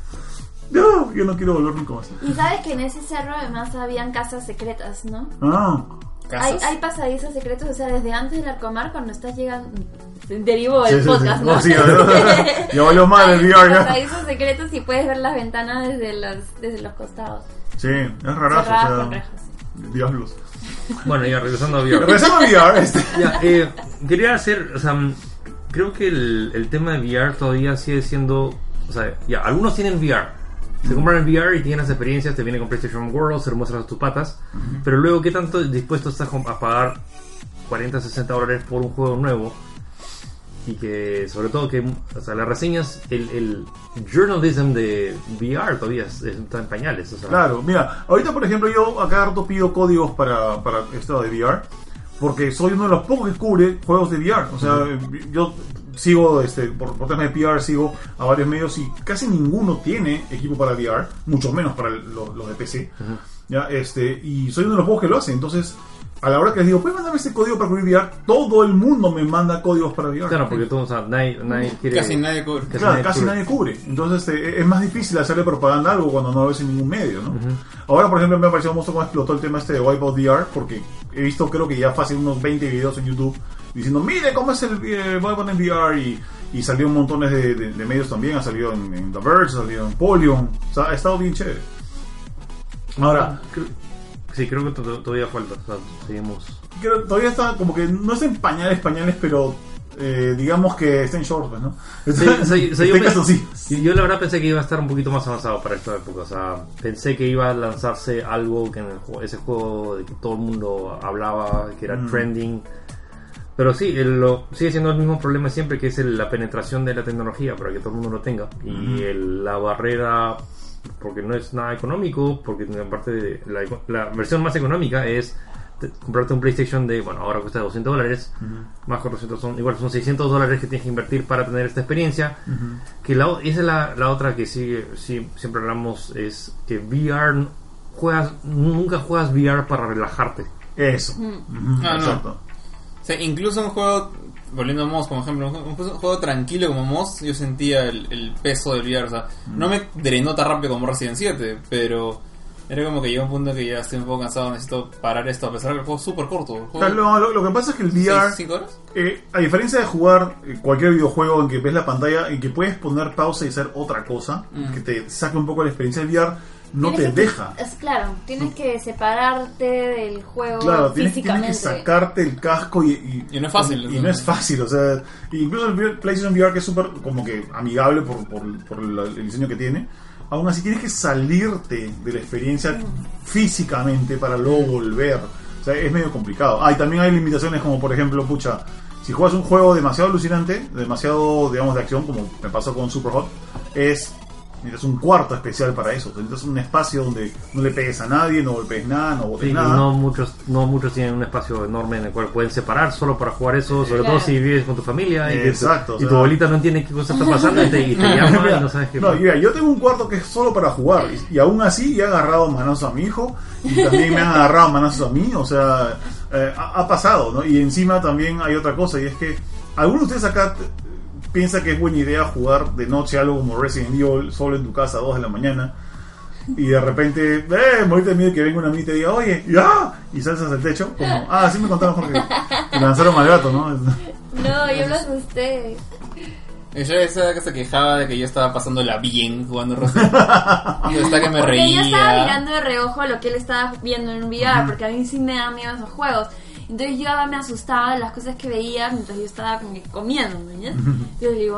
No, yo no quiero volver nunca más. Y sabes que en ese cerro además habían casas secretas, ¿no? Ah, Hay pasadizos secretos, o sea, desde antes del Arcomar, cuando estás llegando... Derivó el sí, podcast, sí. ¿no? No, sí, ya valió mal el VR ya. Pasadizos secretos y puedes ver las ventanas desde los costados. Sí, es rarazo, Cerradas o sea, con rejas. diablos. Bueno, ya regresando a VR. Regresando a VR, Ya, quería hacer, o sea, creo que el tema de VR todavía sigue siendo, o sea, ya, algunos tienen VR. Se compran el VR y tienen las experiencias, te viene con PlayStation World, se muestran tus patas, pero luego, ¿qué tanto dispuesto estás a pagar 40, 60 dólares por un juego nuevo? Y que, sobre todo, que, o sea, las reseñas, el journalism de VR todavía está en pañales. O sea. Claro, mira, ahorita por ejemplo yo acá harto pido códigos para esto de VR, porque soy uno de los pocos que cubre juegos de VR. O sea, yo sigo por temas de PR, sigo a varios medios y casi ninguno tiene equipo para VR, mucho menos para los de PC. ¿Ya? Y soy uno de los pocos que lo hace. Entonces, a la hora que les digo, ¿puedes mandarme ese código para cubrir VR? Todo el mundo me manda códigos para VR. Claro, porque todos, nadie quiere... Casi nadie cubre. Claro, casi nadie cubre. Entonces es más difícil hacerle propaganda a algo cuando no lo ves en ningún medio, ¿no? Ahora, por ejemplo, me ha parecido mucho cómo explotó el tema de Wipeout VR, porque he visto, creo que ya fácil unos 20 videos en YouTube diciendo, mire cómo es el Wipeout en VR, y salió en montones de medios también. Ha salido en The Verge, ha salido en Polygon. O sea, ha estado bien chévere. Ahora... Sí, creo que todavía falta. O sea, seguimos. Todavía está como que no es en pañales, pero digamos que está en short, pues, ¿no? Yo la verdad pensé que iba a estar un poquito más avanzado para esta época. O sea, pensé que iba a lanzarse algo que en ese juego de que todo el mundo hablaba, que era trending. Pero sí, sigue siendo el mismo problema siempre, que es la penetración de la tecnología para que todo el mundo lo tenga. Y la barrera... porque no es nada económico, porque aparte de la versión más económica es comprarte un PlayStation de, bueno, ahora cuesta $200, más 400 son 600 $, que tienes que invertir para tener esta experiencia. Que esa es la otra que siempre hablamos, es que VR nunca juegas VR para relajarte. Eso. Exacto. No. O sea, incluso un juego, volviendo a Moss como ejemplo, un juego tranquilo como Moss, yo sentía el peso del VR. O sea, no me drenó tan rápido como Resident 7, pero era como que llegó un punto que ya estoy un poco cansado, necesito parar esto, a pesar de que el juego es súper corto. Lo que pasa es que el VR, 5 horas? A diferencia de jugar cualquier videojuego en que ves la pantalla, en que puedes poner pausa y hacer otra cosa, que te saque un poco la experiencia del VR, no te deja. Claro, tienes que separarte del juego físicamente. Tienes que sacarte el casco y no es fácil. Y no es fácil, o sea, incluso el PlayStation VR, que es súper como que amigable por el diseño que tiene, aún así tienes que salirte de la experiencia físicamente para luego volver. O sea, es medio complicado. Y también hay limitaciones como, por ejemplo, si juegas un juego demasiado alucinante, demasiado, digamos, de acción, como me pasó con Superhot, necesitas un cuarto especial para eso. Necesitas un espacio donde no le pegues a nadie, no golpees nada, no botes nada. No muchos tienen un espacio enorme en el cual pueden separar solo para jugar eso, sobre todo si vives con tu familia y tu abuelita no entiende qué cosa está pasando y te llama y no sabes qué. Mira, yo tengo un cuarto que es solo para jugar y aún así he agarrado manazos a mi hijo y también me han agarrado manazos a mí. O sea, ha pasado, ¿no? Y encima también hay otra cosa, y es que algunos de ustedes acá piensa que es buena idea jugar de noche algo como Resident Evil solo en tu casa a 2 de la mañana y de repente moriste de miedo que venga una amiga y te diga, oye, ¡ya! Y saltas al techo como, así me contaron Jorge, que lanzaron al gato, ¿no? No, yo lo asusté. Ella esa que se quejaba de que yo estaba pasándola bien jugando Resident Evil. Hasta que me reía. Yo estaba mirando de reojo lo que él estaba viendo en VR, porque a mí sí me da miedo esos juegos. Entonces yo me asustaba de las cosas que veía mientras yo estaba como que comiendo, ¿no? Yo digo,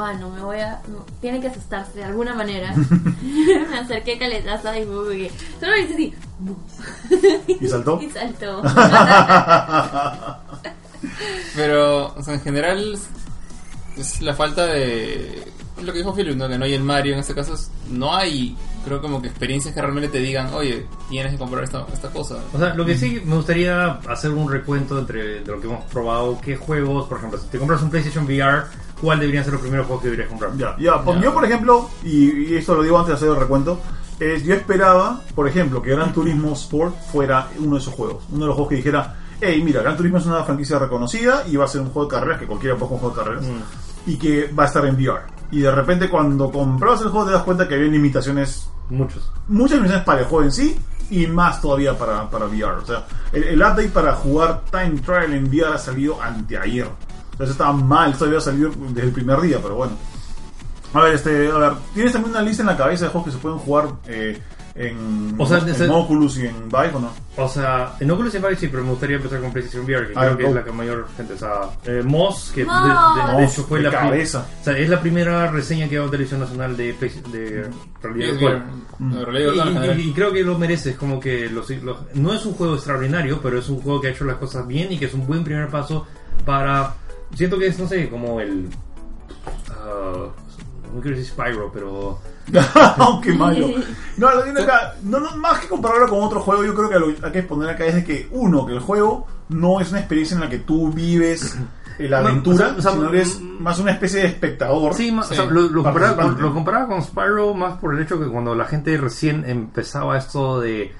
tiene que asustarse de alguna manera. Me acerqué caletaza y solo hice así. ¿Y saltó? Y saltó. Pero, o sea, en general es la falta de lo que dijo Philip, ¿no? Que no hay el Mario en este caso. No hay, creo, como que experiencias que realmente te digan, oye, tienes que comprar esta cosa. O sea, lo que sí me gustaría hacer un recuento de lo que hemos probado. ¿Qué juegos, por ejemplo, si te compras un PlayStation VR, cuál deberían ser los primeros juegos que deberías comprar? Yo, por ejemplo, y esto lo digo antes de hacer el recuento, yo esperaba, por ejemplo, que Gran Turismo Sport fuera uno de esos juegos. Uno de los juegos que dijera, mira, Gran Turismo es una franquicia reconocida y va a ser un juego de carreras, que cualquiera puede jugar un juego de carreras, y que va a estar en VR. Y de repente cuando comprabas el juego te das cuenta que había limitaciones, muchas limitaciones para el juego en sí y más todavía para VR. O sea, el update para jugar Time Trial en VR ha salido anteayer. Entonces estaba mal, esto había salido desde el primer día, pero bueno. A ver, ¿tienes también una lista en la cabeza de juegos que se pueden jugar en Oculus y en Vive o no? O sea, en Oculus y en Vive sí, pero me gustaría empezar con PlayStation VR, que creo que es la que mayor gente sabe. Moss, que de hecho fue la cabeza. O sea, es la primera reseña que hago en Televisión Nacional de realidad virtual. Y creo que lo mereces, como que no es un juego extraordinario, pero es un juego que ha hecho las cosas bien y que es un buen primer paso para... Siento que es, no sé, como el... no quiero decir Spyro, pero... Qué malo. No, más que compararlo con otro juego, yo creo que lo que hay que poner acá es de que, que el juego no es una experiencia en la que tú vives la aventura, o sea, sino eres más una especie de espectador. Sí, Sí. O sea, lo Participante. comparaba con Spyro más por el hecho que cuando la gente recién empezaba esto de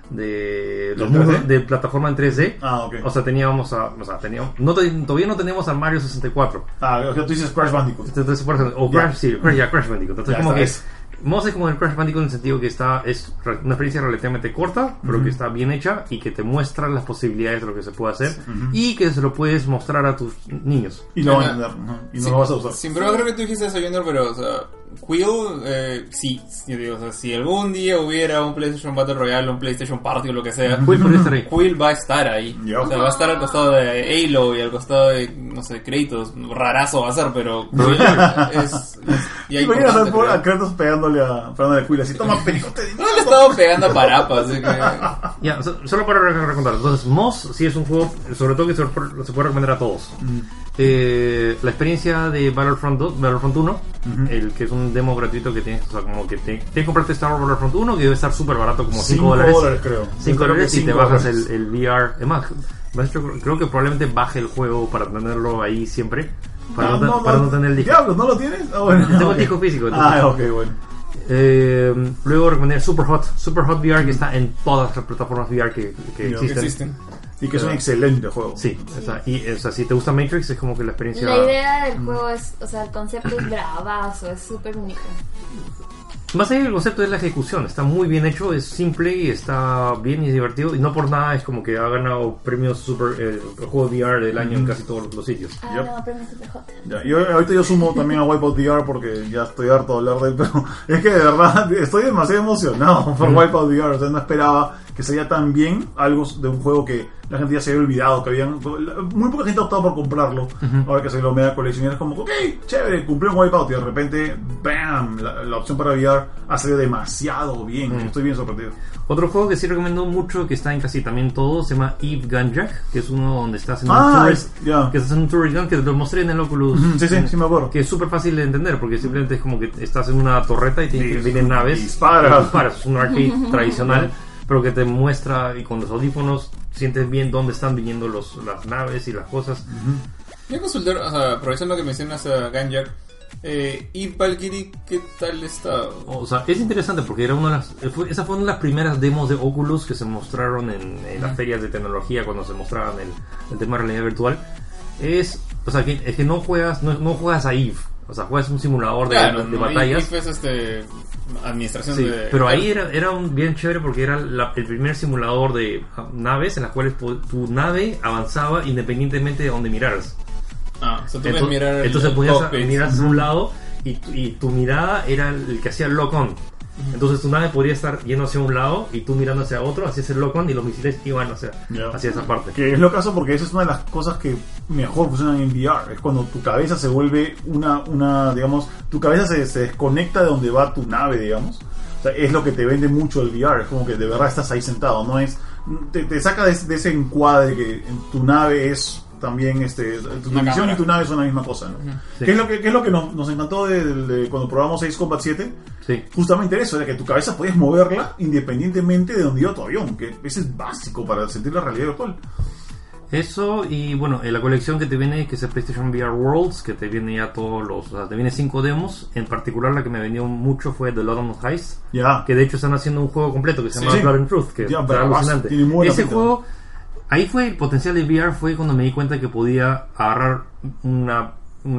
los 3D? mundos de plataforma en 3D, Ah, ok. o sea, teníamos todavía no teníamos al Mario 64. O sea, tú dices Crash Bandicoot. Entonces, por ejemplo, o Ya. Crash, sí, Crash Bandicoot. Entonces, Ya como está, que eso. Moss es como el Crash Bandicoot en el sentido que es una experiencia relativamente corta, pero que está bien hecha y que te muestra las posibilidades de lo que se puede hacer y que se lo puedes mostrar a tus niños. Y lo van a entender. Y no lo vas a usar. Sin prueba, creo que tú dijiste eso, Junior, pero, o sea, Quill, sí, yo digo, o sea, si algún día hubiera un PlayStation Battle Royale, un PlayStation Party o lo que sea, Quill podría estar ahí. Quill va a estar ahí. Ya. O sea, va a estar al costado de Halo y al costado de, no sé, Kratos. Rarazo va a ser, pero Quill es ya Imagínate importante, a Kratos pegándole a Quill así, toma pericote de no le estaba pegando a Parapa, así que... Ya, solo para recordar. Entonces, Moss sí es un juego, sobre todo que se puede recomendar a todos. La experiencia de Battlefront 1, el que es un demo gratuito que tienes, o sea, como que tienes que comprarte Star Wars Battlefront 1, que debe estar súper barato, como $5, creo. $5 y te $5 bajas el VR. Es más, creo que probablemente baje el juego para tenerlo ahí siempre, para no tener el disco. Diablos, ¿no lo tienes? Ah, bueno. Tengo el Ok. disco físico. Entonces, Ok, bueno. luego recomendé Super Hot VR, que está en todas las plataformas VR que existen. Y que es un excelente juego. Sí, o sea, si te gusta Matrix es como que la experiencia... La idea del juego es, o sea, el concepto es bravazo, es súper único. Más allá del concepto es la ejecución, está muy bien hecho, es simple y está bien y es divertido y no por nada es como que ha ganado premios el juego VR del año en casi todos los sitios. Yep. No, pero no es súper hot. Ya, y ahorita yo sumo también a Wipeout VR porque ya estoy harto de hablar de él, pero es que de verdad estoy demasiado emocionado por Wipeout VR. O sea, no esperaba que saliera tan bien algo de un juego que la gente ya se había olvidado, que habían muy poca gente ha optado por comprarlo. Ahora que se lo Mega Collection, y es como, ok, chévere, cumplió un Wipeout y de repente, bam, la opción para VR ha salido demasiado bien. Estoy bien sorprendido. Otro juego que sí recomiendo mucho, que está en casi también todo, se llama Eve Gunjack, que es uno donde estás en un tourist, ya. que estás en un tourist gun, que te lo mostré en el Oculus. Sí, me acuerdo. Que es súper fácil de entender, porque simplemente es como que estás en una torreta y vienen naves. Disparas. Es un arcade tradicional, pero que te muestra y con los audífonos sientes bien dónde están viniendo las naves y las cosas. Yo consulté, o sea, aprovechando que mencionas a Gunjack, y Valkyrie, ¿qué tal está? O sea, es interesante porque era esa fue una de las primeras demos de Oculus que se mostraron en las ferias de tecnología cuando se mostraban el tema de realidad virtual. Es que no juegas a Eve, o sea, juegas un simulador de batallas. Y es administración Sí, de... pero ahí era un bien chévere porque era el primer simulador de naves en las cuales tu nave avanzaba independientemente de donde miraras. o sea, tú puedes mirar entonces el podías cockpit. mirar hacia un lado y tu mirada era el que hacía el lock-on. Entonces tu nave podría estar yendo hacia un lado y tú mirando hacia otro, hacías el lock-on y los misiles iban hacia esa parte. Que es lo caso porque esa es una de las cosas que mejor funcionan en VR. Es cuando tu cabeza se vuelve digamos, tu cabeza se desconecta de donde va tu nave, digamos. O sea, es lo que te vende mucho el VR. Es como que de verdad estás ahí sentado. No es te saca de ese encuadre que tu nave es también tu misión y tu nave son la misma cosa, ¿no? Sí. ¿Qué es lo que nos encantó de cuando probamos Ace Combat 7? Sí. Justamente eso, era que tu cabeza podías moverla independientemente de donde iba tu avión, que ese es básico para sentir la realidad virtual. Eso y bueno, en la colección que te viene, que es el PlayStation VR Worlds, que te viene ya o sea, te viene 5 demos. En particular la que me vendió mucho fue The London Heist, Ya. que de hecho están haciendo un juego completo que se llama Blood and Truth, que Ya, está pero alucinante. tiene muy buena Ese pinta. juego, ahí fue el potencial de VR, fue cuando me di cuenta que podía agarrar una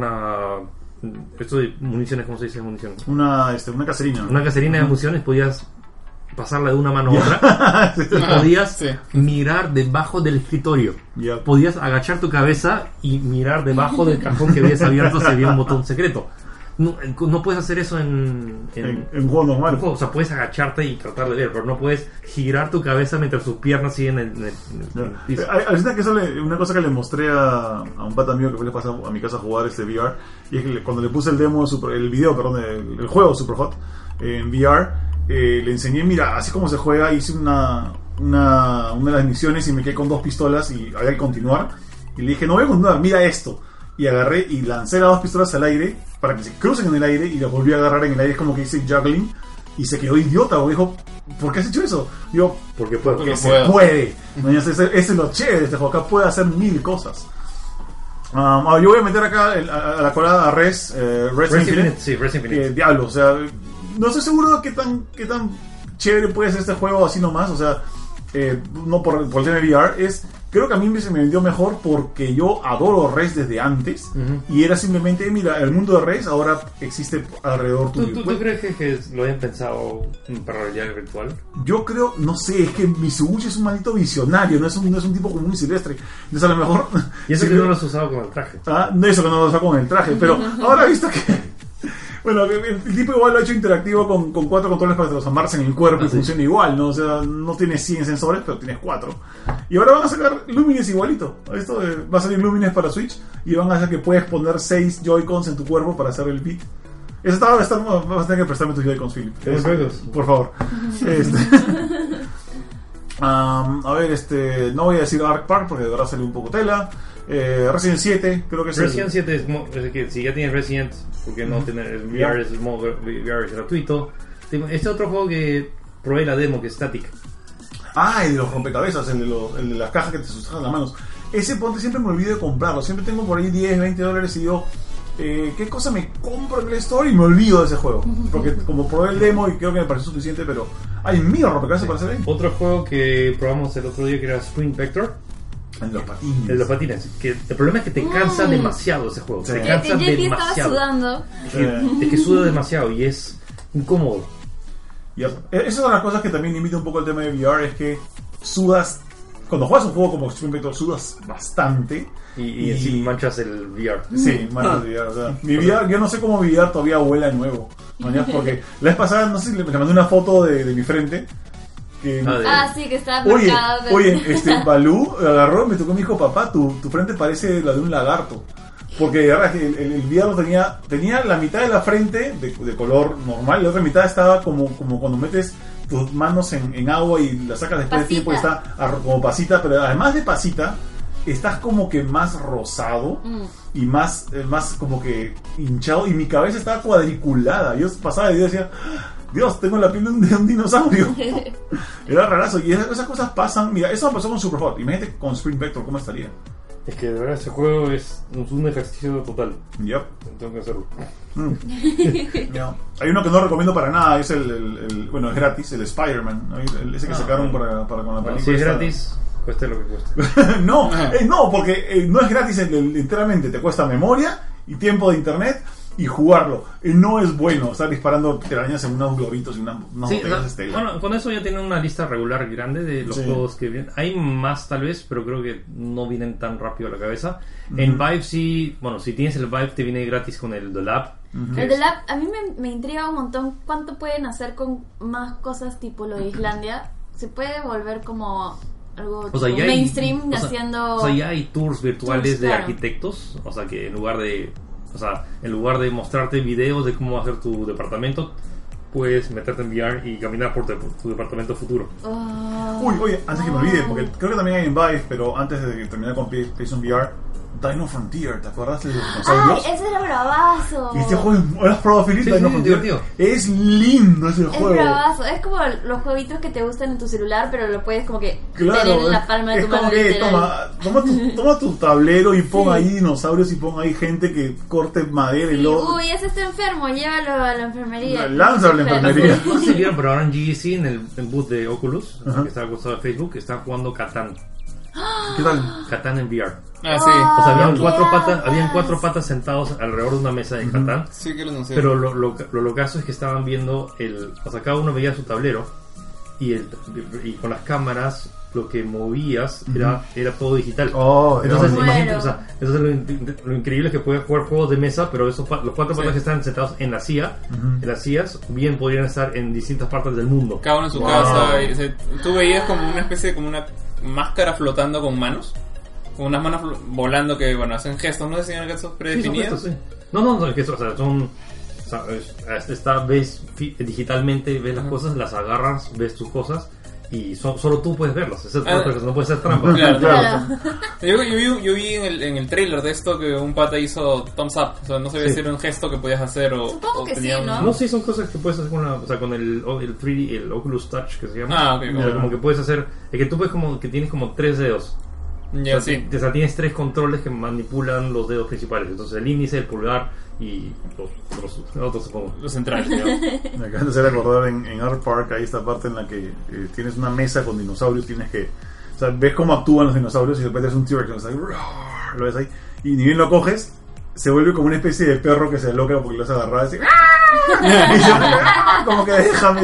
esto de municiones, ¿cómo se dice municiones? Una caserina. Una caserina de municiones, podías pasarla de una mano a otra y podías Sí. mirar debajo del escritorio. Ya. Podías agachar tu cabeza y mirar debajo del cajón que habías abierto si había un botón secreto. No puedes hacer eso en un juego normal. o sea, puedes agacharte y tratar de ver, pero no puedes girar tu cabeza mientras tus piernas siguen en el piso. Ahorita que una cosa que le mostré a un pata mío que fue le pasó a mi casa a jugar VR, y es que cuando le puse el video, el juego Superhot en VR, le enseñé, mira, así como se juega, hice una de las misiones y me quedé con 2 pistolas y había que continuar, y le dije, no voy a continuar, mira esto, y agarré y lancé las 2 pistolas al aire para que se crucen en el aire y las volví a agarrar en el aire, es como que hice juggling. Y se quedó idiota, porque dijo, ¿por qué has hecho eso? Digo, porque Porque se puedo. puede. ¿No? Ese es lo chévere de este juego, acá puede hacer 1000 cosas. Yo voy a meter acá a la colada a Res Infinite. Sí, Res Infinite. Diablo, o sea, no estoy seguro de qué tan chévere puede ser este juego así nomás, o sea, no por el tema de VR, creo que a mí se me vendió mejor porque yo adoro Res desde antes y era simplemente, mira, el mundo de Res ahora existe alrededor tuyo. ¿Tú crees que lo hayan pensado para realidad virtual? Yo creo, no sé, es que Mizuguchi es un maldito visionario, no es un tipo común y silvestre. Entonces a lo mejor... Y eso que no lo has usado con el traje. No, eso que no lo has usado con el traje, pero ahora he visto que... Bueno, el tipo igual lo ha hecho interactivo con 4 controles para que los amarres en el cuerpo y funciona igual, ¿no? O sea, no tienes 100 sensores, pero tienes 4. Y ahora van a sacar Lumines igualito. Esto va a salir Lumines para Switch y van a hacer que puedes poner 6 Joy-Cons en tu cuerpo para hacer el beat. Eso vas a tener que prestarme tus Joy-Cons, Philip. Por favor. A ver, no voy a decir Ark Park porque de verdad salió un poco tela. Resident 7, creo que es Resident 7 es que si ya tienes Resident, ¿por qué no tener el VR? Es VR es gratuito. Este otro juego que probé la demo, que es Static. El de los rompecabezas, el de las cajas que te sustraen las manos. Ese ponte siempre me olvido de comprarlo. Siempre tengo por ahí $10, $20 y digo, ¿qué cosa me compro en el store? Y me olvido de ese juego. Porque como probé el demo y creo que me pareció suficiente, pero hay 1000 rompecabezas para hacer ahí. Otro juego que probamos el otro día que era Sprint Vector. En los patines. En los patines. Que el problema es que te cansa demasiado ese juego. Sí. Te cansa demasiado. Estaba sudando. Es que suda demasiado y es incómodo. Yep. Esa es una de las cosas que también limita un poco el tema de VR, es que sudas. Cuando juegas un juego como Extreme Vector, sudas bastante. Y así manchas el VR. Sí, manchas el VR. O sea, mi VR, yo no sé cómo mi VR todavía huele a nuevo. ¿No? Porque la vez pasada, no sé si le mandé una foto de mi frente. Sí, que estaba marcado. Oye, Balú agarró, me tocó y me dijo, papá, tu frente parece la de un lagarto. Porque de verdad que el VR tenía la mitad de la frente de color normal y la otra mitad estaba como cuando metes tus manos en agua y la sacas después de tiempo y está como pasita, pero además de pasita, estás como que más rosado y más como que hinchado y mi cabeza estaba cuadriculada. Yo pasaba de día y decía, Dios, tengo la piel de un dinosaurio. Era rarazo. Y esas cosas pasan. Mira, eso pasó con Superhot. Imagínate con Sprint Vector, ¿cómo estaría? Es que de verdad ese juego es un ejercicio total. Yep. Tengo que hacerlo. Yeah. Hay uno que no recomiendo para nada. Es bueno, es gratis, el Spider-Man, ¿no? Ese que sacaron para con la película. Si es gratis, cueste lo que cueste. No, porque no es gratis enteramente. Te cuesta memoria y tiempo de internet y jugarlo. No es bueno estar disparando telarañas en unos globitos y unas botellas de Stella. Bueno, con eso ya tienen una lista regular grande de los juegos que vienen. Hay más tal vez, pero creo que no vienen tan rápido a la cabeza. En Vive sí, bueno, si tienes el Vive te viene gratis con el The Lab. El The Lab a mí me intriga un montón cuánto pueden hacer con más cosas tipo lo de Islandia. Se puede volver como algo mainstream haciendo... O sea, ya hay tours virtuales de claro, arquitectos. O sea, que en lugar de mostrarte videos de cómo va a ser tu departamento, puedes meterte en VR y caminar por tu departamento futuro. Oye, antes que me olvide, porque creo que también hay en Vive, pero antes de terminar con PlayStation VR, Dino Frontier, ¿te acuerdas de los dinosaurios? ¡Ay, ese era bravazo! Y este juego, ¿has probado, Feliz? Sí, Dino sí, Frontier. divertido. Es lindo ese juego. Es bravazo, es como los jueguitos que te gustan en tu celular, pero lo puedes como que claro, tener en la palma de tu mano. Es como que toma tu tablero y pon ahí dinosaurios y pon ahí gente que corte madera y luego... Uy, ese está enfermo, llévalo a la enfermería. Lánzalo a la enfermería. No se vieron, pero ahora en GDC, en el booth de Oculus, que está al costado de Facebook, están jugando Catán. ¿Qué tal? Catán en VR. Sí. O sea, habían cuatro patas sentados alrededor de una mesa de Catán. Sí, que lo anuncié. Pero lo locazo es que estaban viendo o sea, cada uno veía su tablero y con las cámaras lo que movías era todo digital. Entonces, imagínate, o sea, lo increíble es que puedes jugar juegos de mesa, pero los cuatro patas que están sentados en la silla, en las sillas, bien podrían estar en distintas partes del mundo. Cada uno en su casa. Tú veías como una especie como una máscara flotando con manos. Con unas manos volando que, bueno, hacen gestos. No sé si eran gestos predefinidos. Sí, son gestos, sí. No, es que o sea, son... O sea, ves digitalmente, ves las cosas, las agarras, ves tus cosas y solo tú puedes verlas. No puede ser trampa. Claro. Yo vi en el trailer de esto que un pata hizo thumbs up. O sea, no sabía si era un gesto que podías hacer o que tenía sí, ¿no? No, sí, son cosas que puedes hacer con el 3D, el Oculus Touch que se llama. Ah, ok. Como que puedes hacer, es que tú puedes como que tienes como 3 dedos. Ya, o sea, sí. o sea, tienes 3 controles que manipulan los dedos principales. Entonces el índice, el pulgar y los otros, supongo. Lo central. Me acabas de hacer acordar en Art Park, hay esta parte en la que tienes una mesa con dinosaurios, tienes que... O sea, ves cómo actúan los dinosaurios y de repente es un T-Rex, lo ves ahí, y ni bien lo coges, se vuelve como una especie de perro que se loca porque lo has agarrado así, y dice, como que déjame,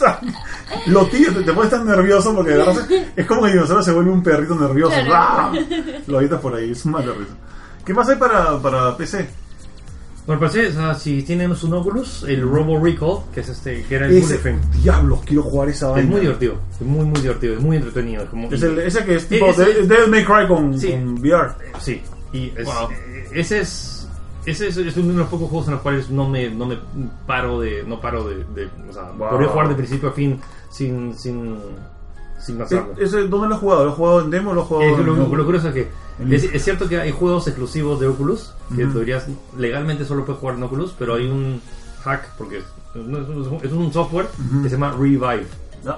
lo tío, te pones tan nervioso porque agarras, es como que el dinosaurio se vuelve un perrito nervioso, Claro. lo agitas por ahí, es una risa. ¿Qué más hay para PC? Bueno, parece, o sea, si tienen un Oculus, el Robo Recall, que es que era el Bullet Train. Diablos, quiero jugar esa vaina. Es muy divertido, es muy divertido, es muy entretenido. Es como, Ese que es tipo ese- Devil May Cry con VR. Sí, y Wow. ese es uno de los pocos juegos en los cuales no paro de o sea, Wow. podría jugar de principio a fin sin pasarlo. ¿Dónde lo has jugado? ¿Lo has jugado en demo o lo has jugado Lo curioso es que en- es cierto que hay juegos exclusivos de Oculus que Ujú. deberías legalmente solo puedes jugar en Oculus, pero hay un hack porque es un software que se llama Revive. No.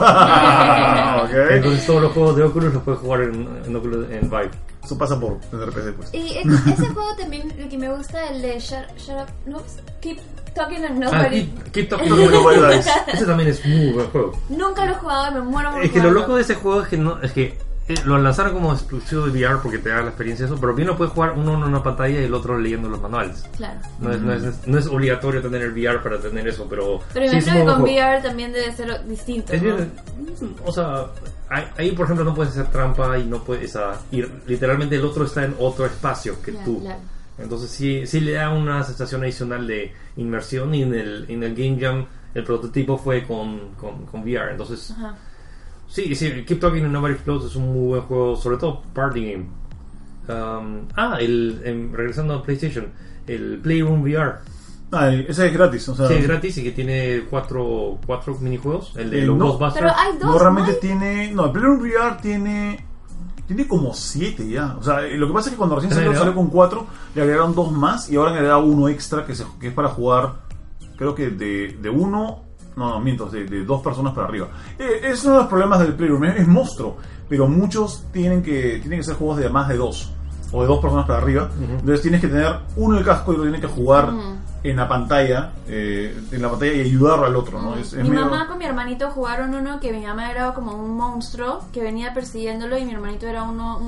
Ok. Entonces todos los juegos de Oculus los puedes jugar en Oculus en Vive. Eso pasa por tener PC, pues. Y ese juego también, el que me gusta, el de Shut Up, no, Keep Talking and Nobody. Keep Talking Talking Nobody Nobody Dies. Ese también es muy buen juego. Nunca lo he jugado y me muero por Es que lo jugarlo. loco de ese juego es que lo lanzaron como exclusivo de VR porque te da la experiencia de eso, pero bien lo puedes jugar uno en una pantalla y el otro leyendo los manuales. Claro. No es obligatorio tener el VR para tener eso, pero Pero sí es imagino un que buen con juego. VR también debe ser distinto. Es ¿no? bien, o sea, ahí por ejemplo no puedes hacer trampa y no puedes ir, literalmente el otro está en otro espacio que Claro, tú. claro. Entonces sí le da una sensación adicional de inmersión y en el Game Jam el prototipo fue con VR. Entonces Ajá. sí, Keep Talking and Nobody Explodes es un muy buen juego, sobre todo party game. Regresando a PlayStation, el Playroom VR. Ese es gratis, o sea. Sí, es gratis y que tiene cuatro minijuegos. El de los no. Ghostbusters. Pero hay dos, No, realmente ¿no? tiene. No, el Playroom VR tiene como 7 ya. O sea, lo que pasa es que cuando recién salió con 4, le agregaron 2 más y ahora han agregado uno extra que es para jugar, creo que de 1. No, miento, de 2 personas para arriba. Es uno de los problemas del Playroom, es monstruo, pero muchos tienen que ser juegos de más de 2 o de 2 personas para arriba. Entonces tienes que tener uno el casco y lo tienes que jugar en la pantalla, y ayudarlo al otro, ¿no? Es Mi medio... mamá con mi hermanito jugaron uno que mi mamá era como un monstruo que venía persiguiéndolo y mi hermanito era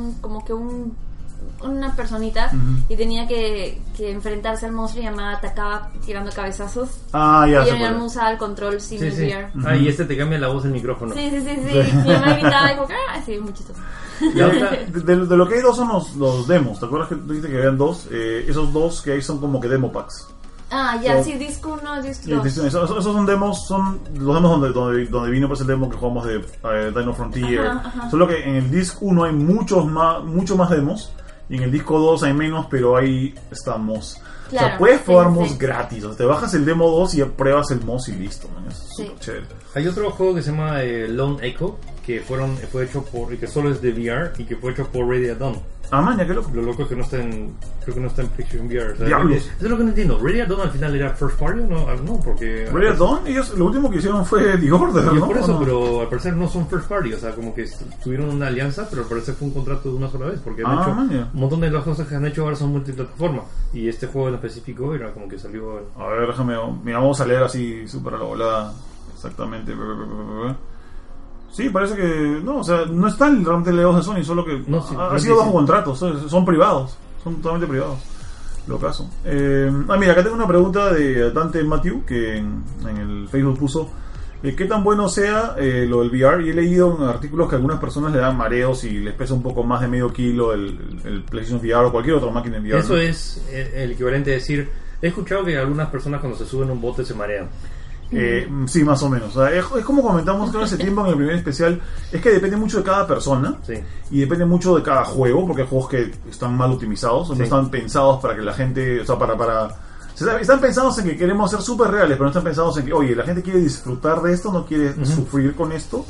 una personita y tenía que enfrentarse al monstruo y mi mamá atacaba tirando cabezazos Ah, ya y se mi puede. hermano usaba el control sin Sí, el sí. VR. Y te cambia la voz del micrófono. Sí. Mi mamá gritaba y como, sí, muy chistoso. La otra- De lo que hay 2 son los demos. ¿Te acuerdas que tú dijiste que habían 2? Esos 2 que hay son como que demo packs. Ah, ya, So- sí, disco 1, disco Sí, 2. esos son demos, son los demos donde vino pues el demo que jugamos de Dino Frontier. Ajá. Solo que en el disc 1 hay mucho más demos y en el disco 2 hay menos, pero ahí estamos. O sea, Claro, puedes sí, probar sí. mods gratis. O sea, te bajas el demo 2 y ya pruebas el mod y listo. Man. Es Sí. súper chévere. Hay otro juego que se llama Lone Echo que fue hecho y que solo es de VR y que fue hecho por Ready at Dawn. Ah, maña, qué loco. Lo loco es que creo que no está en PlayStation VR. O sea, Diablos. eso es lo que no entiendo. ¿Ready at Dawn al final era first party o no? No, porque... Ready at Dawn, ellos lo último que hicieron fue The Order, Y es ¿no? por ¿O eso, no? pero al parecer no son first party, o sea, como que tuvieron una alianza, pero al parecer fue un contrato de una sola vez, porque han hecho maña. un montón de las cosas que han hecho ahora son multiplataforma, y este juego en específico era como que salió... A ver, déjame. Mira, vamos a leer así súper a la volada. Exactamente. Sí, parece que. No, o sea, no están realmente legados de Sony, solo que No, sí, ha sí, sido sí. bajo contrato. Son privados. Son totalmente privados. Lo caso. Mira, acá tengo una pregunta de Dante Matthew que en el Facebook puso. ¿Qué tan bueno sea lo del VR? Y he leído en artículos que a algunas personas le dan mareos y les pesa un poco más de medio kilo el PlayStation VR o cualquier otra máquina en VR. Eso ¿no? es el equivalente a decir, he escuchado que algunas personas cuando se suben a un bote se marean. Sí, más o menos. O sea, es como comentamos creo hace tiempo en el primer especial, es que depende mucho de cada persona Sí. y depende mucho de cada juego, porque hay juegos que están mal optimizados, o no Sí. están pensados para que la gente, o sea, están pensados en que queremos ser súper reales, pero no están pensados en que, oye, la gente quiere disfrutar de esto, no quiere sufrir con esto,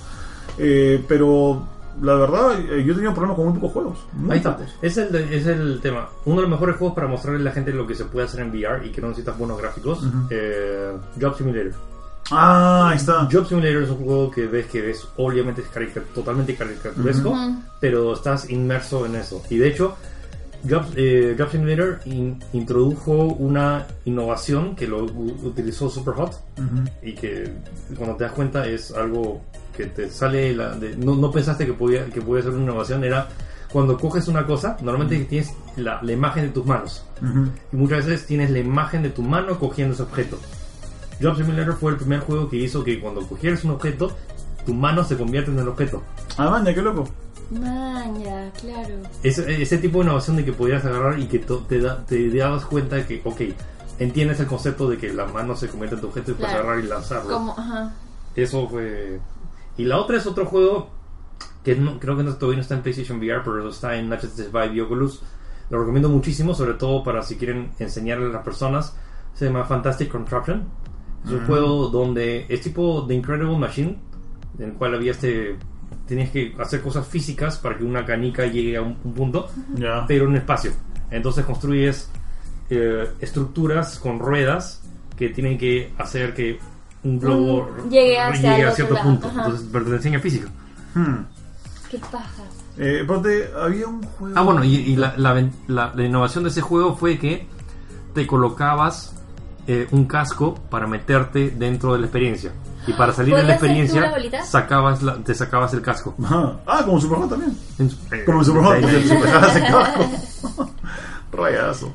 pero la verdad, yo he tenido problemas con muy pocos juegos. Muy Ahí está, pocos. es el tema. Uno de los mejores juegos para mostrarle a la gente lo que se puede hacer en VR y que no necesitas buenos gráficos, Job Simulator. Ahí está. Job Simulator es un juego que ves obviamente es totalmente caricaturesco, pero estás inmerso en eso. Y de hecho, Job Simulator introdujo una innovación que lo utilizó Superhot, y que cuando te das cuenta es algo que te sale no pensaste que podía ser una innovación. Era cuando coges una cosa, normalmente tienes la imagen de tus manos, y muchas veces tienes la imagen de tu mano cogiendo ese objeto. Job Simulator fue el primer juego que hizo que cuando cogieras un objeto, tu mano se convierte en el objeto. Maña, qué loco. Maña, claro. Ese tipo de innovación de que podías agarrar y que te dabas cuenta de que, ok, entiendes el concepto de que la mano se convierte en tu objeto y puedes agarrar y lanzarlo. Eso fue... Y la otra es otro juego que creo que todavía no está en PlayStation VR, pero está en HTC Vive y Oculus. Lo recomiendo muchísimo, sobre todo para si quieren enseñarle a las personas. Se llama Fantastic Contraption. Es un juego donde es tipo The Incredible Machine, en el cual tenías que hacer cosas físicas para que una canica llegue a un punto, pero en un espacio. Entonces construyes estructuras con ruedas que tienen que hacer que un globo llegue a cierto punto. Entonces, pero te enseña física. Qué paja. Porque había un juego... bueno, y la innovación de ese juego fue que te colocabas un casco para meterte dentro de la experiencia, y para salir de la experiencia te sacabas el casco. Como Superhot también. Como Superhot, porque el Superhot hace casco. Rayazo.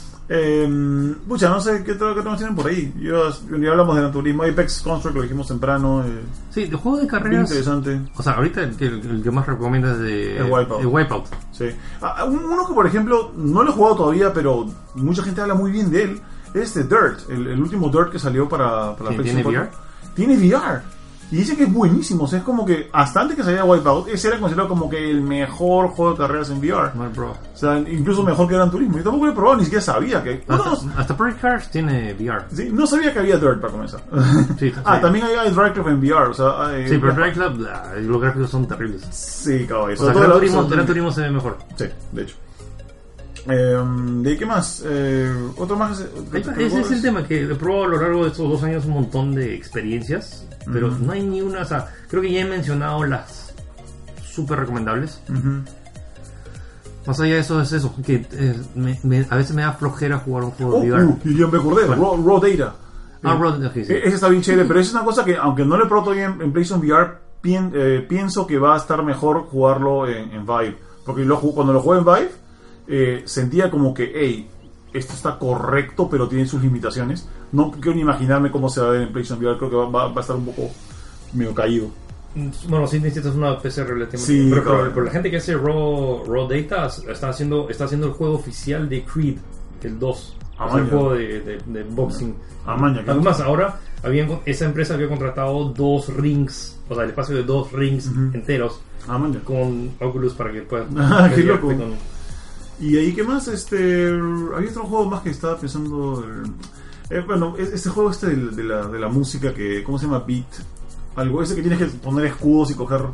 Pucha, no sé qué temas tienen por ahí. Ya hablamos de Gran Turismo, Apex Construct, lo dijimos temprano. Sí, el juego de carreras interesante. O sea, ahorita el que más recomiendas es Wipeout. Sí. Uno que, por ejemplo, no lo he jugado todavía, pero mucha gente habla muy bien de él, es de Dirt, el último Dirt que salió para la PlayStation 4. ¿Tiene VR? Tiene VR. Y dice que es buenísimo. O sea, es como que hasta antes que saliera Wipeout, ese era considerado como que el mejor juego de carreras en VR. No, bro. O sea, incluso mejor que Gran Turismo. Yo tampoco lo he probado, ni siquiera sabía que... Hasta Project Cars tiene VR. Sí, no sabía que había Dirt para comenzar. Sí. También hay Drive Club en VR. O sea, sí, pero Drive Club, los gráficos son terribles. Sí, cabrón. O sea, Gran Turismo se ve mejor. Sí, de hecho. ¿De qué más? Otro más. Ese es el tema, que he probado a lo largo de estos 2 años un montón de experiencias, pero no hay ni una. O sea, creo que ya he mencionado las súper recomendables. Más allá de eso, es eso, que a veces me da flojera jugar un juego de VR. Y yo me acordé, Raw Data. Raw Data, sí. Ese está bien chévere, pero es una cosa que, aunque no lo he probado todavía en PlayStation VR, pienso que va a estar mejor jugarlo en Vive. Porque cuando lo jugué en Vive, sentía como que, esto está correcto, pero tiene sus limitaciones. No quiero ni imaginarme cómo se va a ver en PlayStation VR. Creo que va a estar un poco medio caído. Bueno, sí necesitas una PC relativamente. Sí, pero la gente que hace Raw Data está haciendo el juego oficial de Creed, el 2. El juego de boxing. Además, ahora esa empresa había contratado 2 rings, o sea, el espacio de 2 rings enteros con Oculus para que puedan. Qué loco. Y ahí, ¿qué más? Había otro juego más que estaba pensando. Bueno, este juego de la música que, ¿cómo se llama? Beat. Algo, ese que tienes que poner escudos y coger.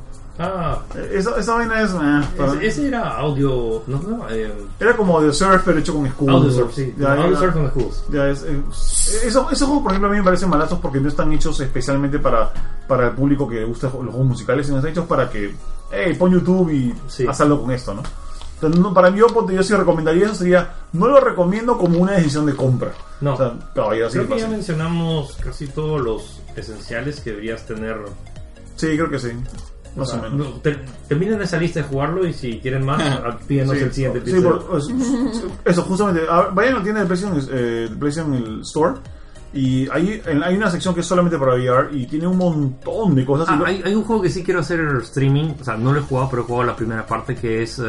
Esa vaina es. Ese era audio. Era como de surf, pero hecho con escudos. Audio surf, sí. Audio surf con escudos. Esos juegos, por ejemplo, a mí me parecen malazos porque no están hechos especialmente para el público que le gusta los juegos musicales, sino están hechos para que. Pon YouTube y haz algo con esto, ¿no? Entonces, para mí, yo sí recomendaría eso. No lo recomiendo como una decisión de compra. No. O sea, creo que ya mencionamos casi todos los esenciales que deberías tener. Sí, creo que sí. Más o menos. Terminen esa lista de jugarlo y si quieren más, pídenos el siguiente episodio. Eso, justamente. Vayan a la tienda de PlayStation el Store. Y hay una sección que es solamente para VR y tiene un montón de cosas. Hay un juego que sí quiero hacer streaming, o sea, no lo he jugado, pero he jugado la primera parte, que es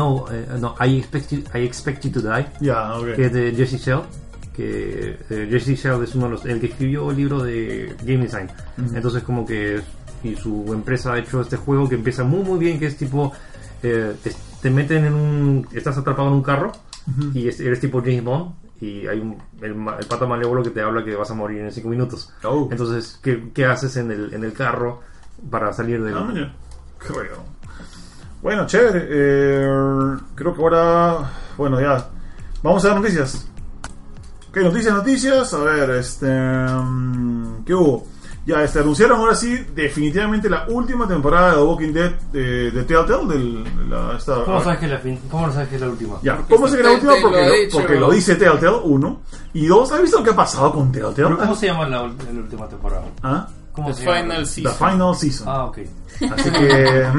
I Expect You to Die, que es de Jesse Shell. Que Jesse Shell es el que escribió el libro de Game Design. Entonces, como que y su empresa ha hecho este juego que empieza muy muy bien, que es tipo te meten estás atrapado en un carro y eres tipo James Bond. Y hay el pata malévolo que te habla que vas a morir en 5 minutos. Entonces, ¿qué haces en el carro para salir del... Creo. Bueno, chévere. Creo que ahora... Bueno, ya. Vamos a dar noticias. Ok, noticias. A ver, ¿qué hubo? Ya, anunciaron ahora sí definitivamente la última temporada de The Walking Dead de Telltale. ¿Cómo sabes que es la última? Ya, ¿cómo sé que es la última? Porque ¿no? lo dice Telltale, 1. Y 2, ¿has visto lo que ha pasado con Telltale? ¿Pero cómo se llama la última temporada? ¿Ah? ¿Cómo The se llama? Final The Season. Final Season. Ah, ok. Así que...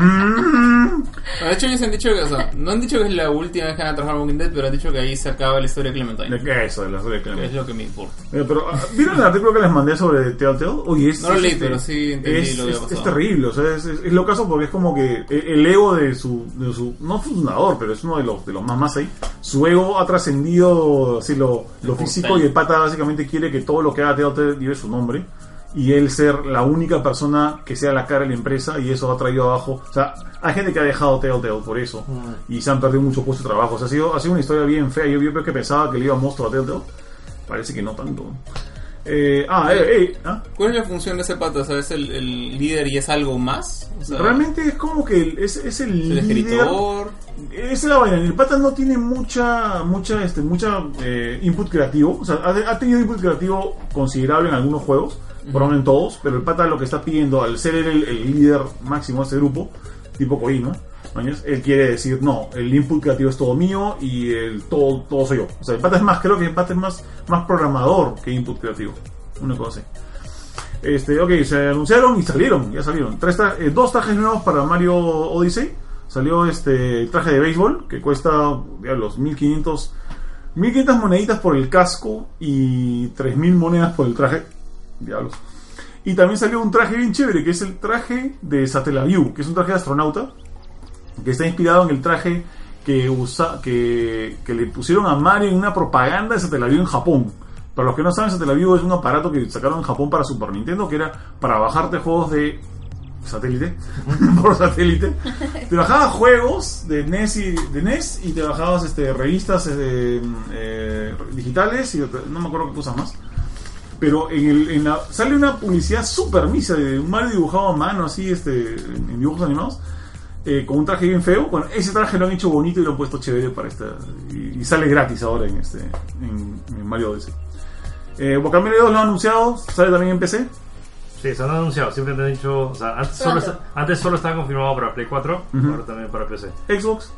De hecho, ellos han dicho que, o sea, no han dicho que es la última vez que van a trabajar en Walking Dead, pero han dicho que ahí se acaba la historia de Clementine. Eso, de la historia de Que es Clementine. lo que me importa. Pero, ¿vieron el artículo que les mandé sobre Telltale? Oye, No lo leí, pero sí entendí lo que había es pasado. terrible, o sea, es lo caso porque es como que el ego de su no fundador, pero es uno de los más ahí. Su ego ha trascendido así lo físico, y el pata básicamente quiere que todo lo que haga Telltale lleve su nombre. Y él ser la única persona que sea la cara de la empresa, y eso ha traído abajo. O sea, hay gente que ha dejado Telltale por eso, y se han perdido muchos puestos de trabajo. O sea, ha sido una historia bien fea. Yo creo que pensaba que le iba a monstruo a Telltale. Parece que no tanto. ¿Cuál es la función de ese pata? O sea, ¿es el líder y es algo más? O sea, Realmente es como que es el ¿el líder. escritor? Esa es la vaina. El pata no tiene mucha input creativo. O sea, ha tenido input creativo considerable en algunos juegos, pero no en todos. Pero el pata lo que está pidiendo, al ser el líder máximo de este grupo, tipo Kojima, él quiere decir, no, el input creativo es todo mío y todo soy yo. O sea, el pata es más, creo que el pata es más programador que input creativo. Una cosa así. Ok, se anunciaron y ya salieron. 2 trajes nuevos para Mario Odyssey. Salió el traje de béisbol, que cuesta, los 1500 moneditas por el casco y 3000 monedas por el traje. Diablos. Y también salió un traje bien chévere, que es el traje de Satellaview, que es un traje de astronauta, que está inspirado en el traje que le pusieron a Mario en una propaganda de Satellaview en Japón. Para los que no saben, Satellaview es un aparato que sacaron en Japón para Super Nintendo, que era para bajarte juegos de satélite, por satélite. Te bajabas juegos de NES y te bajabas revistas digitales y no me acuerdo qué cosas más. Pero sale una publicidad super misa de un Mario dibujado a mano, así, en dibujos animados, con un traje bien feo. Bueno, ese traje lo han hecho bonito y lo han puesto chévere para y sale gratis ahora en Mario Odyssey. Guacamelee 2 lo han anunciado, sale también en PC. Sí, se han anunciado, siempre te han dicho, o sea, antes solo estaba confirmado para Play 4, ahora también para PC. Xbox.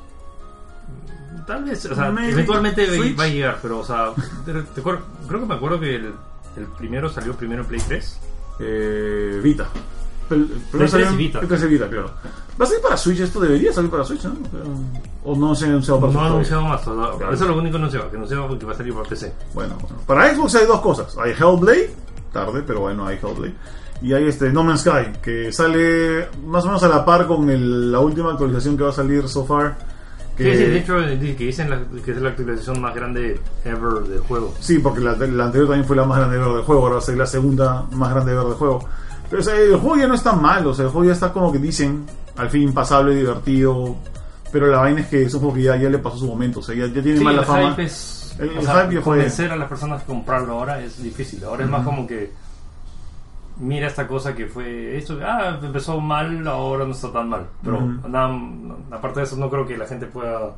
Tal vez, o sea, Maybe. eventualmente Switch. va a llegar, pero, o sea, creo que me acuerdo que el primero salió primero en Play 3. Vita. El Play 3 y Vita. El 3 y Vita, claro. ¿Va a salir para Switch? Esto debería salir para Switch, ¿no? O no se ha anunciado para No Switch ha todavía. anunciado más, o sea, Claro. eso es lo único que anunciado que va a salir para PC. Bueno, para Xbox hay 2 cosas. Hay Hellblade, tarde, pero bueno, hay Hellblade. Y hay No Man's Sky, que sale más o menos a la par con la última actualización que va a salir so far. Sí, de hecho, que dicen que es la actualización más grande ever del juego. Sí, porque la anterior también fue la más grande ever del juego, ahora va a ser la segunda más grande ever del juego. Pero o sea, el juego ya no es tan mal, o sea, el juego ya está como que dicen, al fin pasable, divertido. Pero la vaina es que es un juego que ya le pasó su momento, o sea, ya tiene Sí, mala fama. Hype es, El o sea, hype ya fue. convencer a las personas a comprarlo ahora es difícil. Ahora es más como que mira esta cosa que fue esto, empezó mal, ahora no está tan mal. Pero nada, aparte de eso, no creo que la gente pueda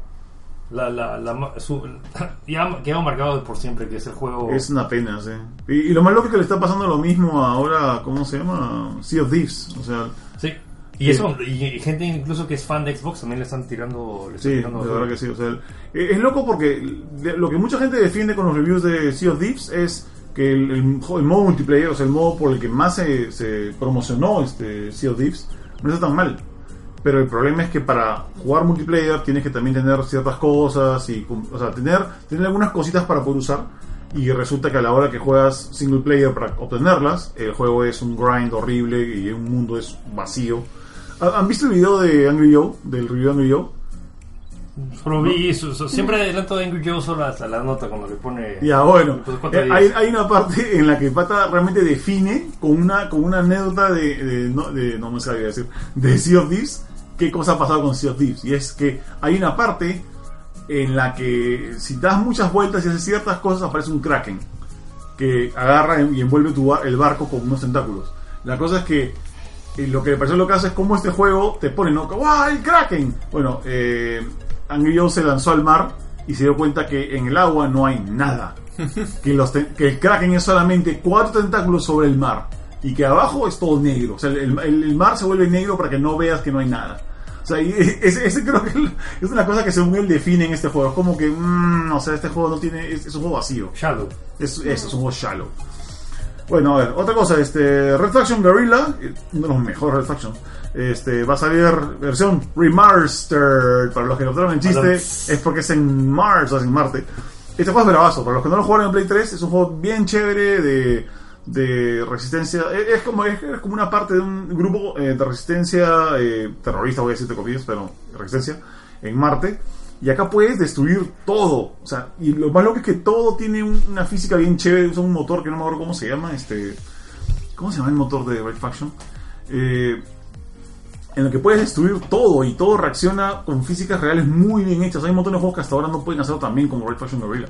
ya quedó marcado por siempre que es el juego. Es una pena, sí. Y lo más loco es que le está pasando lo mismo ahora, ¿cómo se llama? Sea of Thieves, o sea. Sí. Y eso, y gente incluso que es fan de Xbox también le están tirando. Sí, la verdad que sí. O sea, es loco porque lo que mucha gente defiende con los reviews de Sea of Thieves es que el modo multiplayer, o sea, el modo por el que más se promocionó Sea of Thieves, no está tan mal. Pero el problema es que para jugar multiplayer tienes que también tener ciertas cosas y, o sea, tener algunas cositas para poder usar. Y resulta que a la hora que juegas single player para obtenerlas, el juego es un grind horrible y el mundo es vacío. ¿Han visto el video de Angry Joe? Del review de Angry Joe. Solo vi eso, siempre adelanto de Angry Joe solo hasta la nota cuando le pone. Ya, bueno, pues, hay una parte en la que el pata realmente define con una anécdota no me sabía decir, de Sea of Thieves, qué cosa ha pasado con Sea of Thieves. Y es que hay una parte en la que si das muchas vueltas y haces ciertas cosas, aparece un kraken que agarra y envuelve el barco con unos tentáculos. La cosa es que lo que me pareció lo que hace es como este juego te pone, ¿no? ¡Wow, el kraken! Bueno, Angry Joe se lanzó al mar y se dio cuenta que en el agua no hay nada. Que el kraken es solamente 4 tentáculos sobre el mar. y que abajo es todo negro. O sea, el mar se vuelve negro para que no veas que no hay nada. O sea, ese creo que es una cosa que según él define en este juego. Es como que, o sea, este juego no tiene, es un juego vacío. Shallow. Es un juego shallow. Bueno, a ver, otra cosa, Red Faction Guerrilla, uno de los mejores Red Faction, va a salir versión remastered. Para los que notaron el chiste, es porque es en Mars, o sea, en Marte. Este juego es bravazo, para los que no lo jugaron en Play 3, es un juego bien chévere de resistencia. Es como una parte de un grupo de resistencia terrorista, voy a decirte comillas, pero resistencia en Marte. Y acá puedes destruir todo. O sea, y lo más loco es que todo tiene una física bien chévere. Usa un motor que no me acuerdo cómo se llama. ¿Cómo se llama el motor de Red Faction? En el que puedes destruir todo y todo reacciona con físicas reales muy bien hechas. Hay un montón de juegos que hasta ahora no pueden hacerlo tan bien como Red Faction Guerrilla.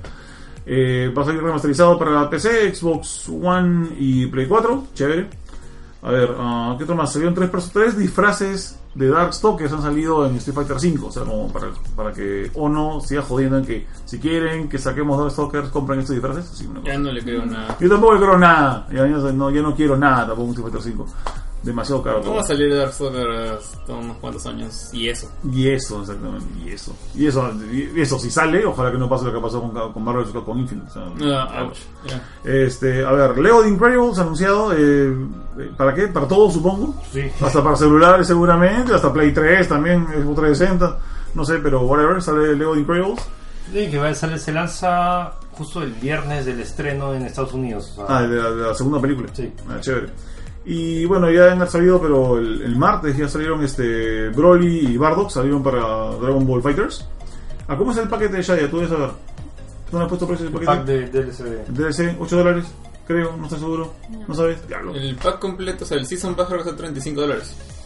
Va a salir remasterizado para la PC, Xbox One y Play 4. Chévere. A ver, ¿qué otro más? Salieron tres disfraces de Darkstalkers han salido en Street Fighter 5. O sea, como para que Ono siga jodiendo en que si quieren que saquemos Darkstalkers, compren estos disfraces. Sí, ya no le creo nada. Yo tampoco le creo nada. Ya no quiero nada tampoco en Street Fighter 5. Demasiado caro. ¿Cómo va a salir Darkstalkers hasta unos cuantos años? Y eso, exactamente. Y eso, si sale, ojalá que no pase lo que pasó con Marvel vs. Capcom Infinite. O sea, ouch. Yeah. A ver, Lego The Incredibles anunciado. ¿Para qué? Para todo, supongo. Sí. Hasta para celulares, seguramente. Hasta Play 3 también, Xbox 360. No sé, pero whatever. Sale Lego The Incredibles. Sí, que se lanza justo el viernes del estreno en Estados Unidos. O sea, de la segunda película. Sí. Chévere. Y bueno, ya han salido, pero el martes ya salieron Broly y Bardock, salieron para Dragon Ball Fighters. ¿Cómo es el paquete de Shaya? ¿Tú debes saber? ¿Tú no has puesto precio del paquete? Pack de DLC. DLC, $8, creo, no estoy seguro. ¿No sabes? Diablo. El pack completo, o sea, el Season Pass creo que está $35.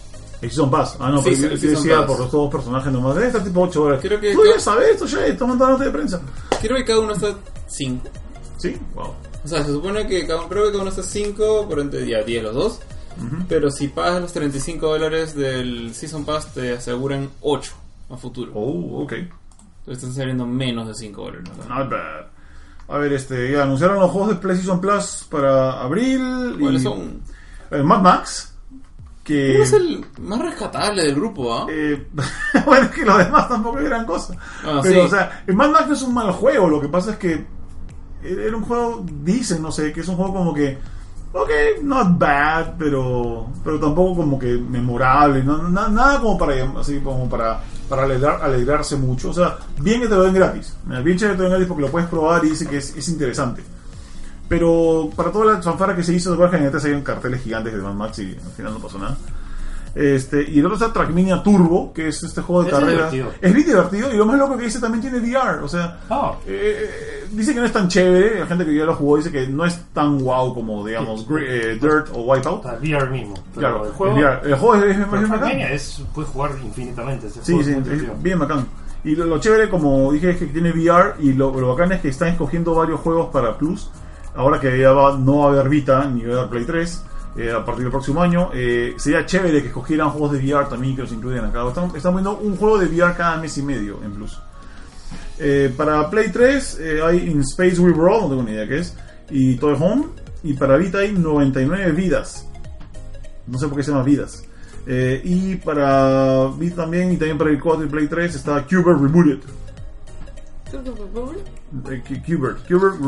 El Season Pass. No, Sí, pero el yo Season decía Pass. por los dos personajes nomás. Debe estar tipo $8. Creo que Tú ya sabes esto, Shaya, estás mandando nota de prensa. Creo que cada uno está 5. ¿Sí? Wow. O sea, se supone que creo que cada uno está 5, por entre ya 10 los dos. Pero si pagas los $35 del Season Pass, te aseguran 8 a futuro. Oh, ok. Entonces están saliendo menos de $5. ¿No? Not bad. A ver, ya anunciaron los juegos de PlayStation Plus para abril. ¿Cuáles son? Mad Max. Que ¿Cómo es el más rescatable del grupo? bueno, es que los demás tampoco es gran cosa. Pero, sí. o sea, el Mad Max no es un mal juego. Lo que pasa es que era un juego, dicen, no sé, que es un juego como que ok, not bad, pero tampoco como que memorable, nada como para así como para alegrarse mucho. O sea, bien que te lo den gratis, bien chévere que te lo den gratis porque lo puedes probar y dice que es interesante. Pero para toda la fanfara que se hizo, de verdad que se habían carteles gigantes de Mad Max y al final no pasó nada. Y el otro está Trackmania Turbo, que es este juego de carreras. Es bien divertido y lo más loco que dice también tiene VR. O sea, dice que no es tan chévere. La gente que ya lo jugó dice que no es tan wow como, digamos, Dirt o Wipeout. VR mismo. Claro, el juego es Trackmania puedes jugar infinitamente. Sí, es bien bacán. Y lo chévere, como dije, es que tiene VR. Y lo bacán es que están escogiendo varios juegos para Plus. Ahora que ya no va a haber Vita ni va a haber Play 3. A partir del próximo año, sería chévere que escogieran juegos de VR también que los incluyan acá. Están viendo un juego de VR cada mes y medio en Plus. Para Play 3 hay In Space We Brawl, no tengo ni idea qué es, y Toy Home. Y para Vita hay 99 vidas. No sé por qué se llama vidas. Y para Vita también, y también para el 4 y Play 3 está Qbert Rebooted. Qbert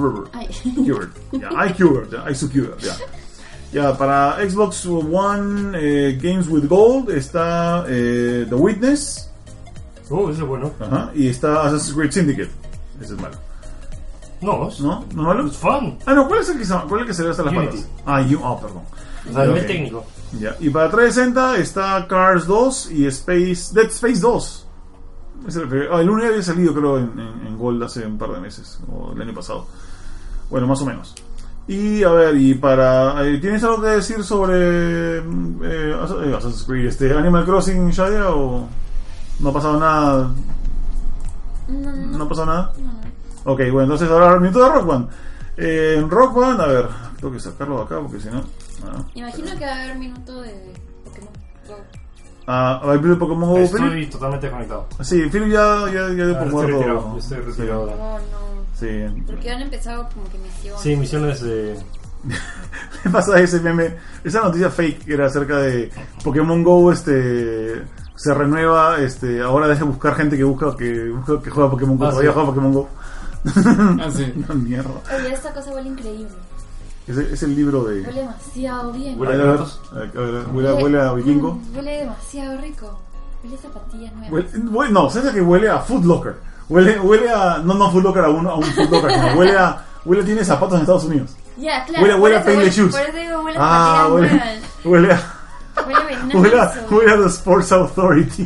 hay su Qbert, ya. Ya, para Xbox One, Games with Gold está The Witness. Ese es bueno. Ajá, y está Assassin's Creed Syndicate. Ese es malo. ¿No es malo? Es fun. ¿Cuál es el que se ve hasta las patas? Perdón. O sea, a nivel técnico. Ya, y para 360 está Cars 2 y Dead Space 2. El lunes había salido, creo, en Gold hace un par de meses, o el año pasado. Bueno, más o menos. Y a ver, ¿tienes algo que decir sobre Assassin's Creed, Animal Crossing, Shaya, o no ha pasado nada? ¿No ha pasado nada? No. Ok, bueno, entonces ahora el minuto de Rock Band. En Rock Band, a ver, tengo que sacarlo de acá porque si no... Imagino que va a haber minuto de Pokémon Go. ¿Va a haber Pokémon Go? Estoy totalmente desconectado. Sí, Phil ya dio por muerto. Estoy retirado. No. Sí. Porque han empezado como que misiones. Sí, misiones me pasa ese meme, esa noticia fake que era acerca de Pokémon Go, se renueva, ahora deja de buscar gente que juega Pokémon Go, todavía juega Pokémon Go. Sí. Una mierda. Oye, esta cosa huele increíble. Es el libro de... Huele demasiado bien. Huele a vikingo. Huele demasiado rico. Huele a zapatillas nuevas. No, ¿sabes que huele a Foot Locker? Huele a... No Foot Locker a un Foot Locker, no, tiene zapatos en Estados Unidos. Ya, claro. Huele a Payless Shoes. Por eso digo, huele a zapatillas nuevas. Huele Huele a The Sports Authority.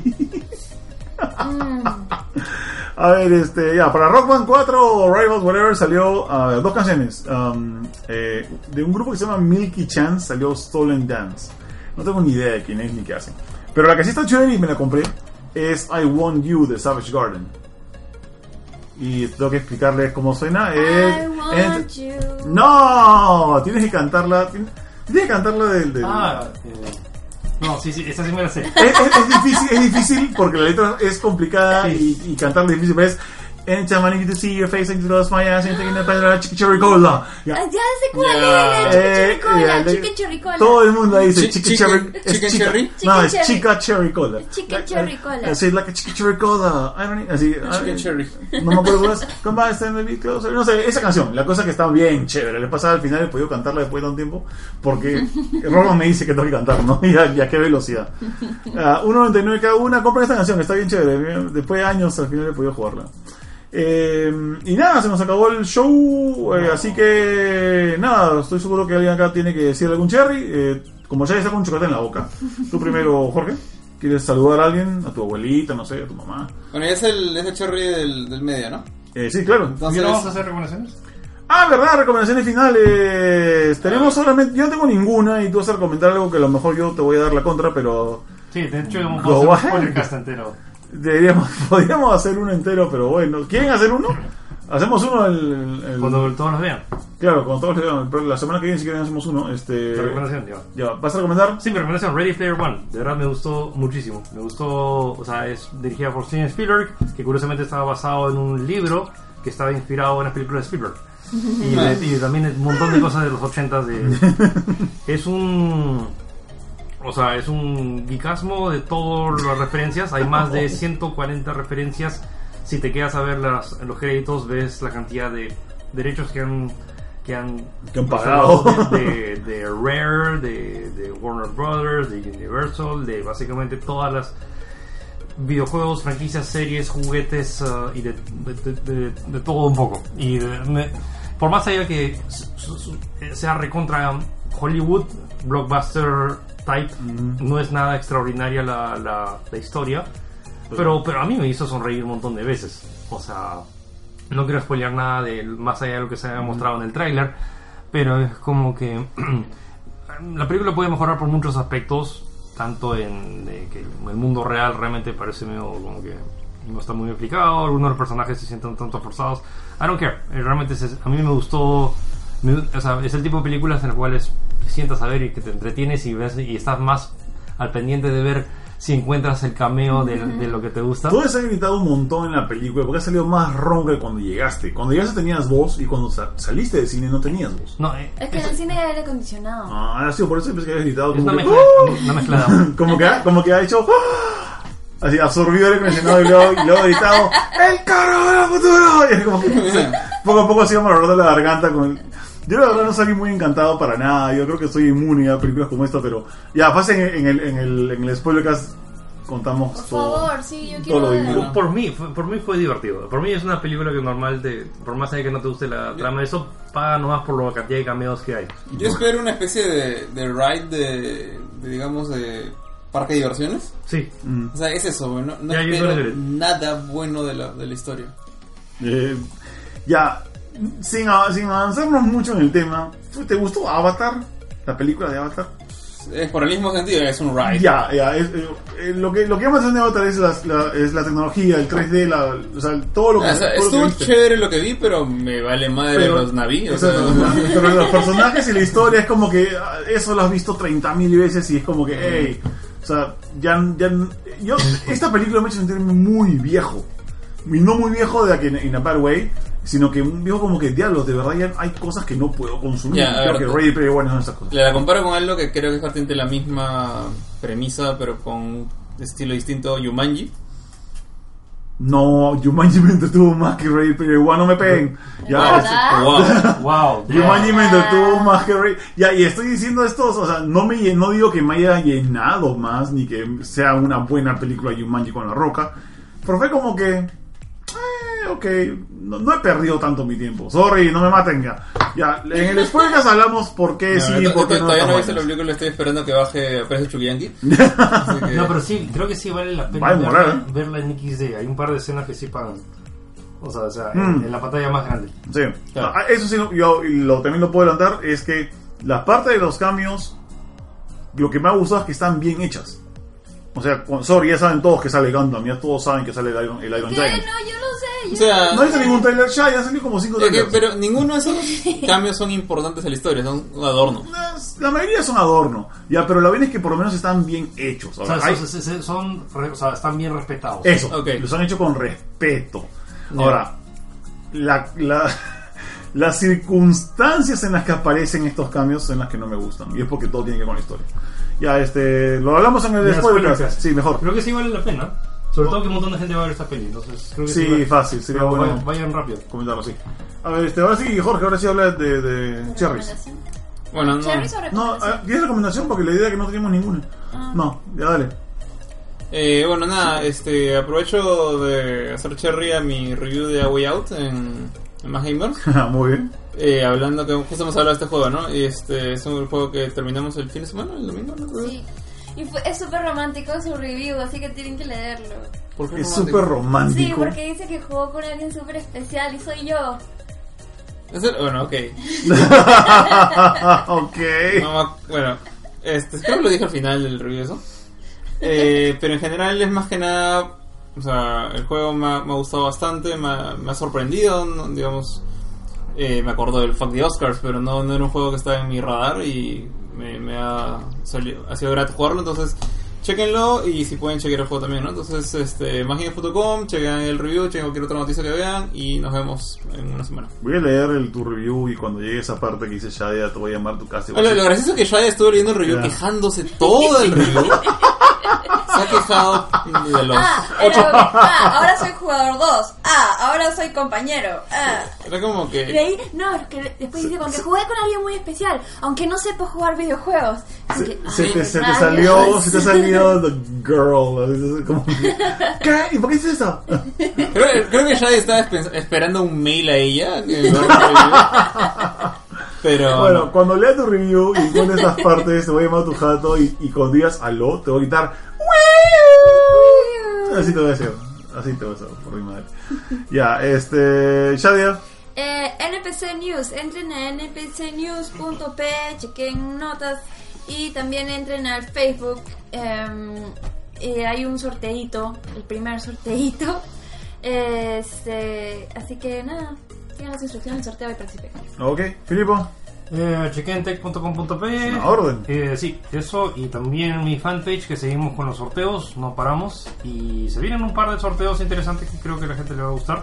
A ver, ya, para Rock Band 4 o Rivals, whatever, salió dos canciones. De un grupo que se llama Milky Chance salió Stolen Dance. No tengo ni idea de quién es ni qué hacen. Pero la que sí está chévere y me la compré es I Want You de Savage Garden. Y tengo que explicarles cómo suena. I want you. No, tienes que cantarla. Tienes que cantarla del... No, sí, esa sí me la sé. Es difícil porque la letra es complicada y cantarla es difícil, pero es Anytime I need to see your face and to close my eyes and taking a bite of chicken cherry cola. Ya sé cuál es, chicken cherry cola. Todo el mundo dice chicken cherry. No, es cherry. chica cherry cola. Chicken cherry cola. Así like a chicken cherry cola. Así. Chicken cherry. No me acuerdo más. Come by, stand maybe closer. No sé, esa canción. La cosa que está bien chévere. Le pasaba al final, he podido cantarla después de un tiempo porque Roma me dice que tengo que cantar, ¿no? Y a qué velocidad. 1.99 cada una. Compren esta canción, está bien chévere. Después de años al final he podido jugarla. Y nada, se nos acabó el show, así que nada, estoy seguro que alguien acá tiene que decir algún cherry. Como ya está con un chocolate en la boca. Tú primero, Jorge, ¿quieres saludar a alguien? A tu abuelita, no sé, a tu mamá. Bueno, es el cherry del medio, ¿no? Sí, claro. Entonces, ¿no vamos a hacer recomendaciones? Verdad, recomendaciones finales. Tenemos solamente, yo no tengo ninguna y tú vas a recomendar algo que a lo mejor yo te voy a dar la contra, pero... Sí, de hecho vamos a hacer un podcast entero. Podríamos hacer uno entero, pero bueno. ¿Quieren hacer uno? Hacemos uno cuando todos los vean. Claro, cuando todos los vean. Pero la semana que viene si quieren hacemos uno. La recomendación, ya. ¿Vas a recomendar? Sí, mi recomendación, Ready Player One. De verdad me gustó muchísimo. Me gustó, o sea, es dirigida por Steven Spielberg, que curiosamente estaba basado en un libro que estaba inspirado en las películas de Spielberg. Y también un montón de cosas de los 80s. Es un geekasmo de todas las referencias. Hay más de 140 referencias. Si te quedas a ver los créditos, ves la cantidad de derechos que han pagado de Rare, de Warner Brothers, de Universal, de básicamente todas las videojuegos, franquicias, series, juguetes y de todo un poco. Y por más allá que sea recontra Hollywood, blockbuster type, no es nada extraordinaria la historia, pero a mí me hizo sonreír un montón de veces. O sea, no quiero spoilear nada más allá de lo que se había mostrado en el tráiler, pero es como que la película puede mejorar por muchos aspectos, tanto en que el mundo real realmente parece medio como que no está muy explicado, algunos de los personajes se sienten tanto forzados. I don't care, realmente a mí me gustó. O sea, es el tipo de películas en las cuales te sientas a ver y que te entretienes y ves y estás más al pendiente de ver si encuentras el cameo de lo que te gusta. Tú has gritado un montón en la película porque has salido más ronca que cuando llegaste. Cuando llegaste tenías voz y cuando saliste del cine no tenías voz. No, es que en el cine hay aire acondicionado. Ha sido por eso que habías gritado. Es como una mezcla como que ha hecho así absorbido el acondicionado y luego ha gritado ¡El carro del futuro! Y es como que poco a poco se iba amarrando la garganta con... Yo la verdad no salí muy encantado para nada. Yo creo que soy inmune a películas como esta, pero ya pasen en el spoilercast contamos por todo. Por favor, sí, yo quiero ver. Por mí fue divertido. Por mí es una película que normal por más allá que no te guste la trama, eso paga nomás por la cantidad de cameos que hay. Yo espero una especie de ride de digamos de parque de diversiones. Sí. O sea, es eso, no espero nada bueno de la historia. Ya, sin avanzarnos mucho en el tema, ¿te gustó Avatar? ¿La película de Avatar? Es por el mismo sentido, es un ride. Lo que llama en Avatar es la tecnología, el 3D, o sea, todo lo que... estuvo chévere lo que vi, pero me vale madre los navíos. Pero los personajes y la historia es como que eso lo has visto 30.000 veces y es como que, hey, o sea, esta película me ha hecho sentirme muy viejo. y no muy viejo de que in a bad way, sino que un viejo como que diablos, de verdad ya hay cosas que no puedo consumir. Ya, Creo que Ready Player One son esas cosas. La comparo con algo que creo que es bastante la misma premisa, pero con estilo distinto, Jumanji. No, Jumanji me entretuvo más que Ready Player One, no me peguen. Ya, ¿Verdad? Wow. Jumanji me entretuvo más que Ready. Ya, y estoy diciendo esto, o sea, no digo que me haya llenado más, ni que sea una buena película Jumanji con La Roca, pero fue como que, ok, no he perdido tanto mi tiempo. Sorry, no me maten ya. Ya, en el spoiler hablamos por qué sí y por qué no. Todavía no he visto la película, estoy esperando que baje a precio Chuquillanqui. No, pero sí, creo que sí vale la pena verla en XD. Hay un par de escenas que sí pagan. O sea, en la pantalla más grande. Sí, claro. Eso sí, yo también lo puedo adelantar, es que la parte de los cambios, lo que me ha gustado es que están bien hechas. O sea, sorry, ya saben todos que sale Gundam, ya todos saben que sale el Iron Giant. No, yo lo sé. O sea, No hice ningún trailer ya salió como 5 trailers. pero ninguno de esos cambios son importantes a la historia, son un adorno. La mayoría son adorno, ya, pero la verdad es que por lo menos están bien hechos. O sea, están bien respetados. Eso, Okay. los han hecho con respeto. Ahora, las circunstancias en las que aparecen estos cambios son las que no me gustan, y es porque todo tiene que ver con la historia. Ya, lo hablamos en el spoiler. Sí, mejor. Creo que sí vale la pena. Sobre todo que un montón de gente va a ver esta peli. Entonces, creo que sí, vale. fácil, sería bueno. Vayan rápido. Comentarlo, sí. A ver, ahora sí, Jorge, ahora sí habla de Cherries. Bueno, no. ¿Cherries o No, recomendación? ¿tienes recomendación? Porque la idea es que no teníamos ninguna. No, ya dale. Bueno, nada, aprovecho de hacer cherry a mi review de A Way Out en Más Gamers. Muy bien. Hablando que justo hemos hablado de este juego, ¿no? Y es un juego que terminamos el fin de semana, el domingo, ¿no? Sí. Y es súper romántico su review, así que tienen que leerlo. ¿Por qué Es romántico? súper romántico. Sí, porque dice que jugó con alguien súper especial y soy yo. Bueno, ok. Ok. No, bueno, creo que lo dije al final del review eso. Pero en general es más que nada, o sea, el juego me ha gustado bastante, me ha sorprendido, ¿no? Digamos, me acuerdo del Fuck the Oscars, pero no era un juego que estaba en mi radar y ha sido grato jugarlo, entonces chequenlo y si pueden chequear el juego también, ¿no? Entonces, magina.com, chequen el review, chequen cualquier otra noticia que vean y nos vemos en una semana. Voy a leer tu review y cuando llegue esa parte que dice Shadia te voy a llamar tu casa. Lo gracioso es que Shaya estuvo leyendo el review quejándose todo el review. Se ha quejado de los... ahora soy jugador 2. Ahora soy compañero. Era como Y que... de ahí, no, es que después dice, porque jugué con alguien muy especial, aunque no sepa jugar videojuegos. Se te salió The Girl. Como que, ¿qué? ¿Y por qué dices eso? Creo que Shaya estaba esperando un mail a ella. Pero Bueno, no. cuando lea tu review y encuentres estas partes, te voy a llamar a tu jato y cuando digas aló, te voy a gritar así te voy a decir. Así te voy a hacer, por mi madre. Ya, Shadia. NPC News, entren a npcnews.p, chequen notas y también entren al Facebook. Hay un sorteito, el primer sorteito. Así que nada, sigan las instrucciones del sorteo y participen. Ok, Filipo. Chequen tech.com.p. Una orden. Sí, eso, y también mi fanpage, que seguimos con los sorteos, no paramos, y se vienen un par de sorteos interesantes que creo que a la gente le va a gustar.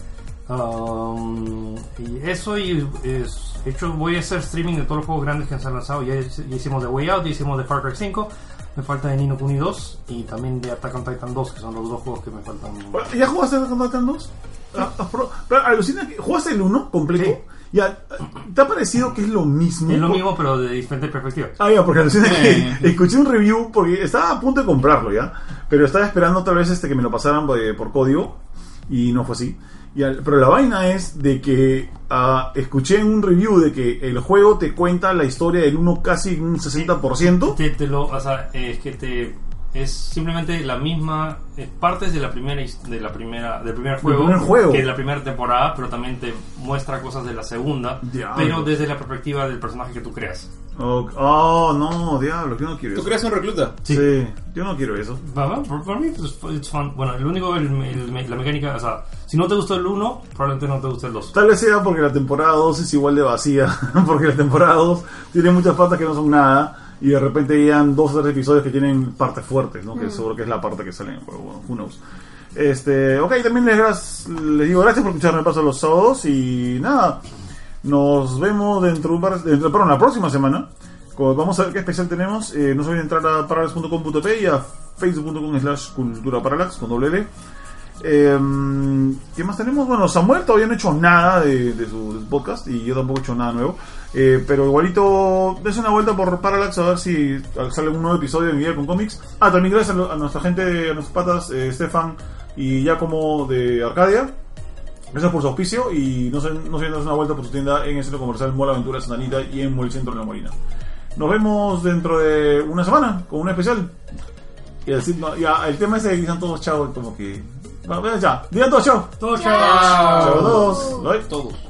Y eso, de hecho voy a hacer streaming de todos los juegos grandes que se han lanzado. Ya hicimos de Way Out, ya hicimos de Far Cry 5, me falta de Ni no Kuni 2 y también de Attack on Titan 2, que son los dos juegos que me faltan. ¿Ya jugaste Attack on Titan 2? Pero alucina que jugaste el 1 completo. Sí. Ya, ¿te ha parecido que es lo mismo? Es lo mismo, pero de diferentes perspectivas. Ya, porque alucina que escuché un review, porque estaba a punto de comprarlo ya, pero estaba esperando otra vez que me lo pasaran por código y no fue así. Pero la vaina es de que escuché en un review de que el juego te cuenta la historia del 1 casi un 60%. Es simplemente la misma partes del primer juego, que es la primera temporada, pero también te muestra cosas de la segunda, pero desde la perspectiva del personaje que tú creas. No, diablo, yo no quiero eso. ¿Tú creas un recluta? Sí, yo no quiero eso. Por mí es fun. Bueno, el único, la mecánica, o sea, si no te gustó el 1, probablemente no te guste el 2. Tal vez sea porque la temporada 2 es igual de vacía, porque la temporada 2 tiene muchas partes que no son nada. Y de repente llegan 2 o 3 episodios que tienen partes fuertes, ¿no? Que seguro que es la parte que sale en el juego. Who knows. Ok, también les digo gracias por escucharme paso los sábados y nada, nos vemos dentro la próxima semana. Vamos a ver qué especial tenemos. No se olviden entrar a parallax.com.p y a facebook.com/culturaparallax con doble L. ¿Qué más tenemos? Bueno, Samuel todavía no ha hecho nada de su podcast y yo tampoco he hecho nada nuevo. Pero igualito, des una vuelta por Parallax a ver si sale un nuevo episodio de Mi Vida con Cómics. También gracias a nuestra gente, a nuestros patas, Stefan y Giacomo de Arcadia. Gracias por su auspicio y no se olviden dar una vuelta por su tienda en el centro comercial Mall Aventura Santa Anita y en Mall Centro de la Molina. Nos vemos dentro de una semana con un especial. Y así, el tema ese de que dicen todos chao, como que... Bueno, ya, digan todos chao. Todos Chao a todos. Bye. Todos.